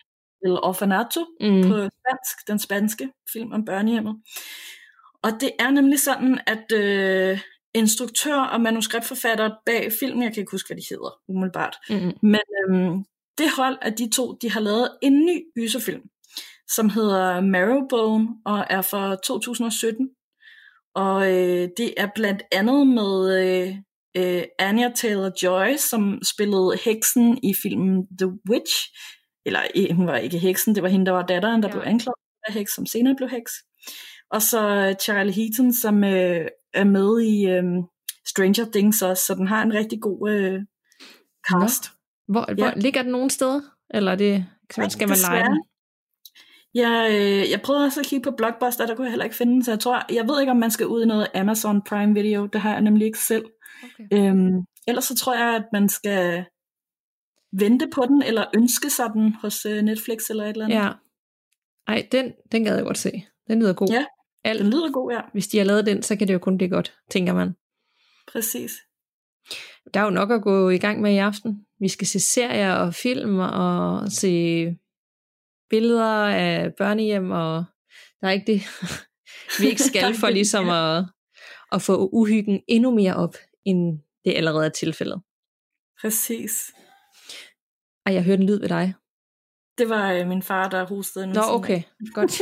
B: El Orfanato mm. på spansk, den spanske film om børnehjemmet. Og det er nemlig sådan, at øh, instruktør og manuskriptforfatter bag filmen, jeg kan ikke huske, hvad de hedder umiddelbart, mm. men øh, det hold af de to, de har lavet en ny gyserfilm, som hedder Marrowbone og er fra to tusind og sytten. Og øh, det er blandt andet med øh, øh, Anya Taylor-Joy, som spillede heksen i filmen The Witch. Eller øh, hun var ikke heksen, det var hende, der var datteren, der ja. blev anklaget af heks, som senere blev heks. Og så Charlie Heaton, som øh, er med i øh, Stranger Things også, så den har en rigtig god øh, cast.
A: Hvor, hvor ja. ligger den nogen steder? Eller er det, skal, skal man lege den?
B: Jeg, øh, jeg prøvede også at kigge på Blockbuster, der kunne jeg heller ikke finde den, så jeg tror, jeg ved ikke, om man skal ud i noget Amazon Prime Video, det har jeg nemlig ikke selv. Okay. Øhm, ellers så tror jeg, at man skal vente på den, eller ønske sig den hos øh, Netflix eller et eller andet.
A: Ja. Ej, den, den gad jeg godt se. Den lyder god.
B: Ja,
A: Alt.
B: den lyder god, ja.
A: Hvis de har lavet den, så kan det jo kun det godt, tænker man.
B: Præcis.
A: Der er jo nok at gå i gang med i aften. Vi skal se serier og film og se billeder af børnehjem, og der er ikke det, vi ikke skal for ligesom at, at få uhyggen endnu mere op, end det allerede er tilfældet.
B: Præcis.
A: Og jeg hørte en lyd ved dig.
B: Det var øh, min far, der hostede.
A: Nå, okay. Godt.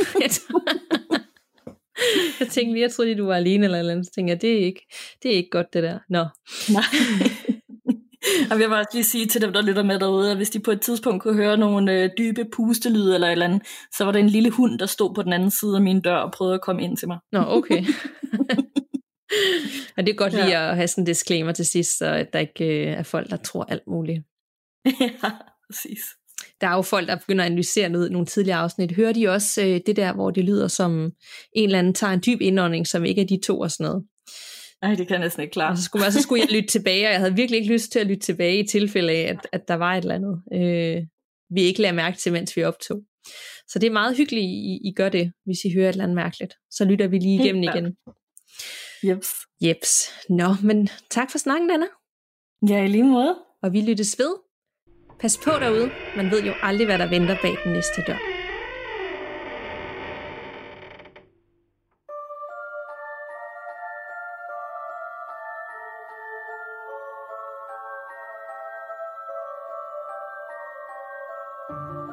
A: Jeg tænkte lige, jeg troede lige, du var alene eller eller andet. Så tænkte jeg, det er ikke, det er ikke godt, det der. Nå.
B: Nej. Jeg vil bare lige sige til dem, der lytter med derude, at hvis de på et tidspunkt kunne høre nogle øh, dybe pustelyde eller et eller andet, så var der en lille hund, der stod på den anden side af min dør og prøvede at komme ind til mig.
A: Nå, okay. Og det er godt lige ja. at have sådan en disclaimer til sidst, så at der ikke øh, er folk, der tror alt muligt.
B: Ja, præcis.
A: Der er jo folk, der begynder at analysere noget, nogle tidligere afsnit. Hører de også øh, det der, hvor det lyder som en eller anden tager en dyb indånding, som ikke er de to og sådan noget?
B: Nej, det kan jeg næsten ikke klare.
A: Og så skulle, så skulle jeg lytte tilbage, og jeg havde virkelig ikke lyst til at lytte tilbage i tilfælde af, at, at der var et eller andet, øh, vi ikke lagde mærke til, mens vi optog. Så det er meget hyggeligt, I, I gør det, hvis I hører et eller andet mærkeligt. Så lytter vi lige igennem igen.
B: Jeps.
A: Jeps. Nå, men tak for snakken, Anna.
B: Ja, i lige måde.
A: Og vi lyttes ved. Pas på derude. Man ved jo aldrig, hvad der venter bag den næste dør. Thank you.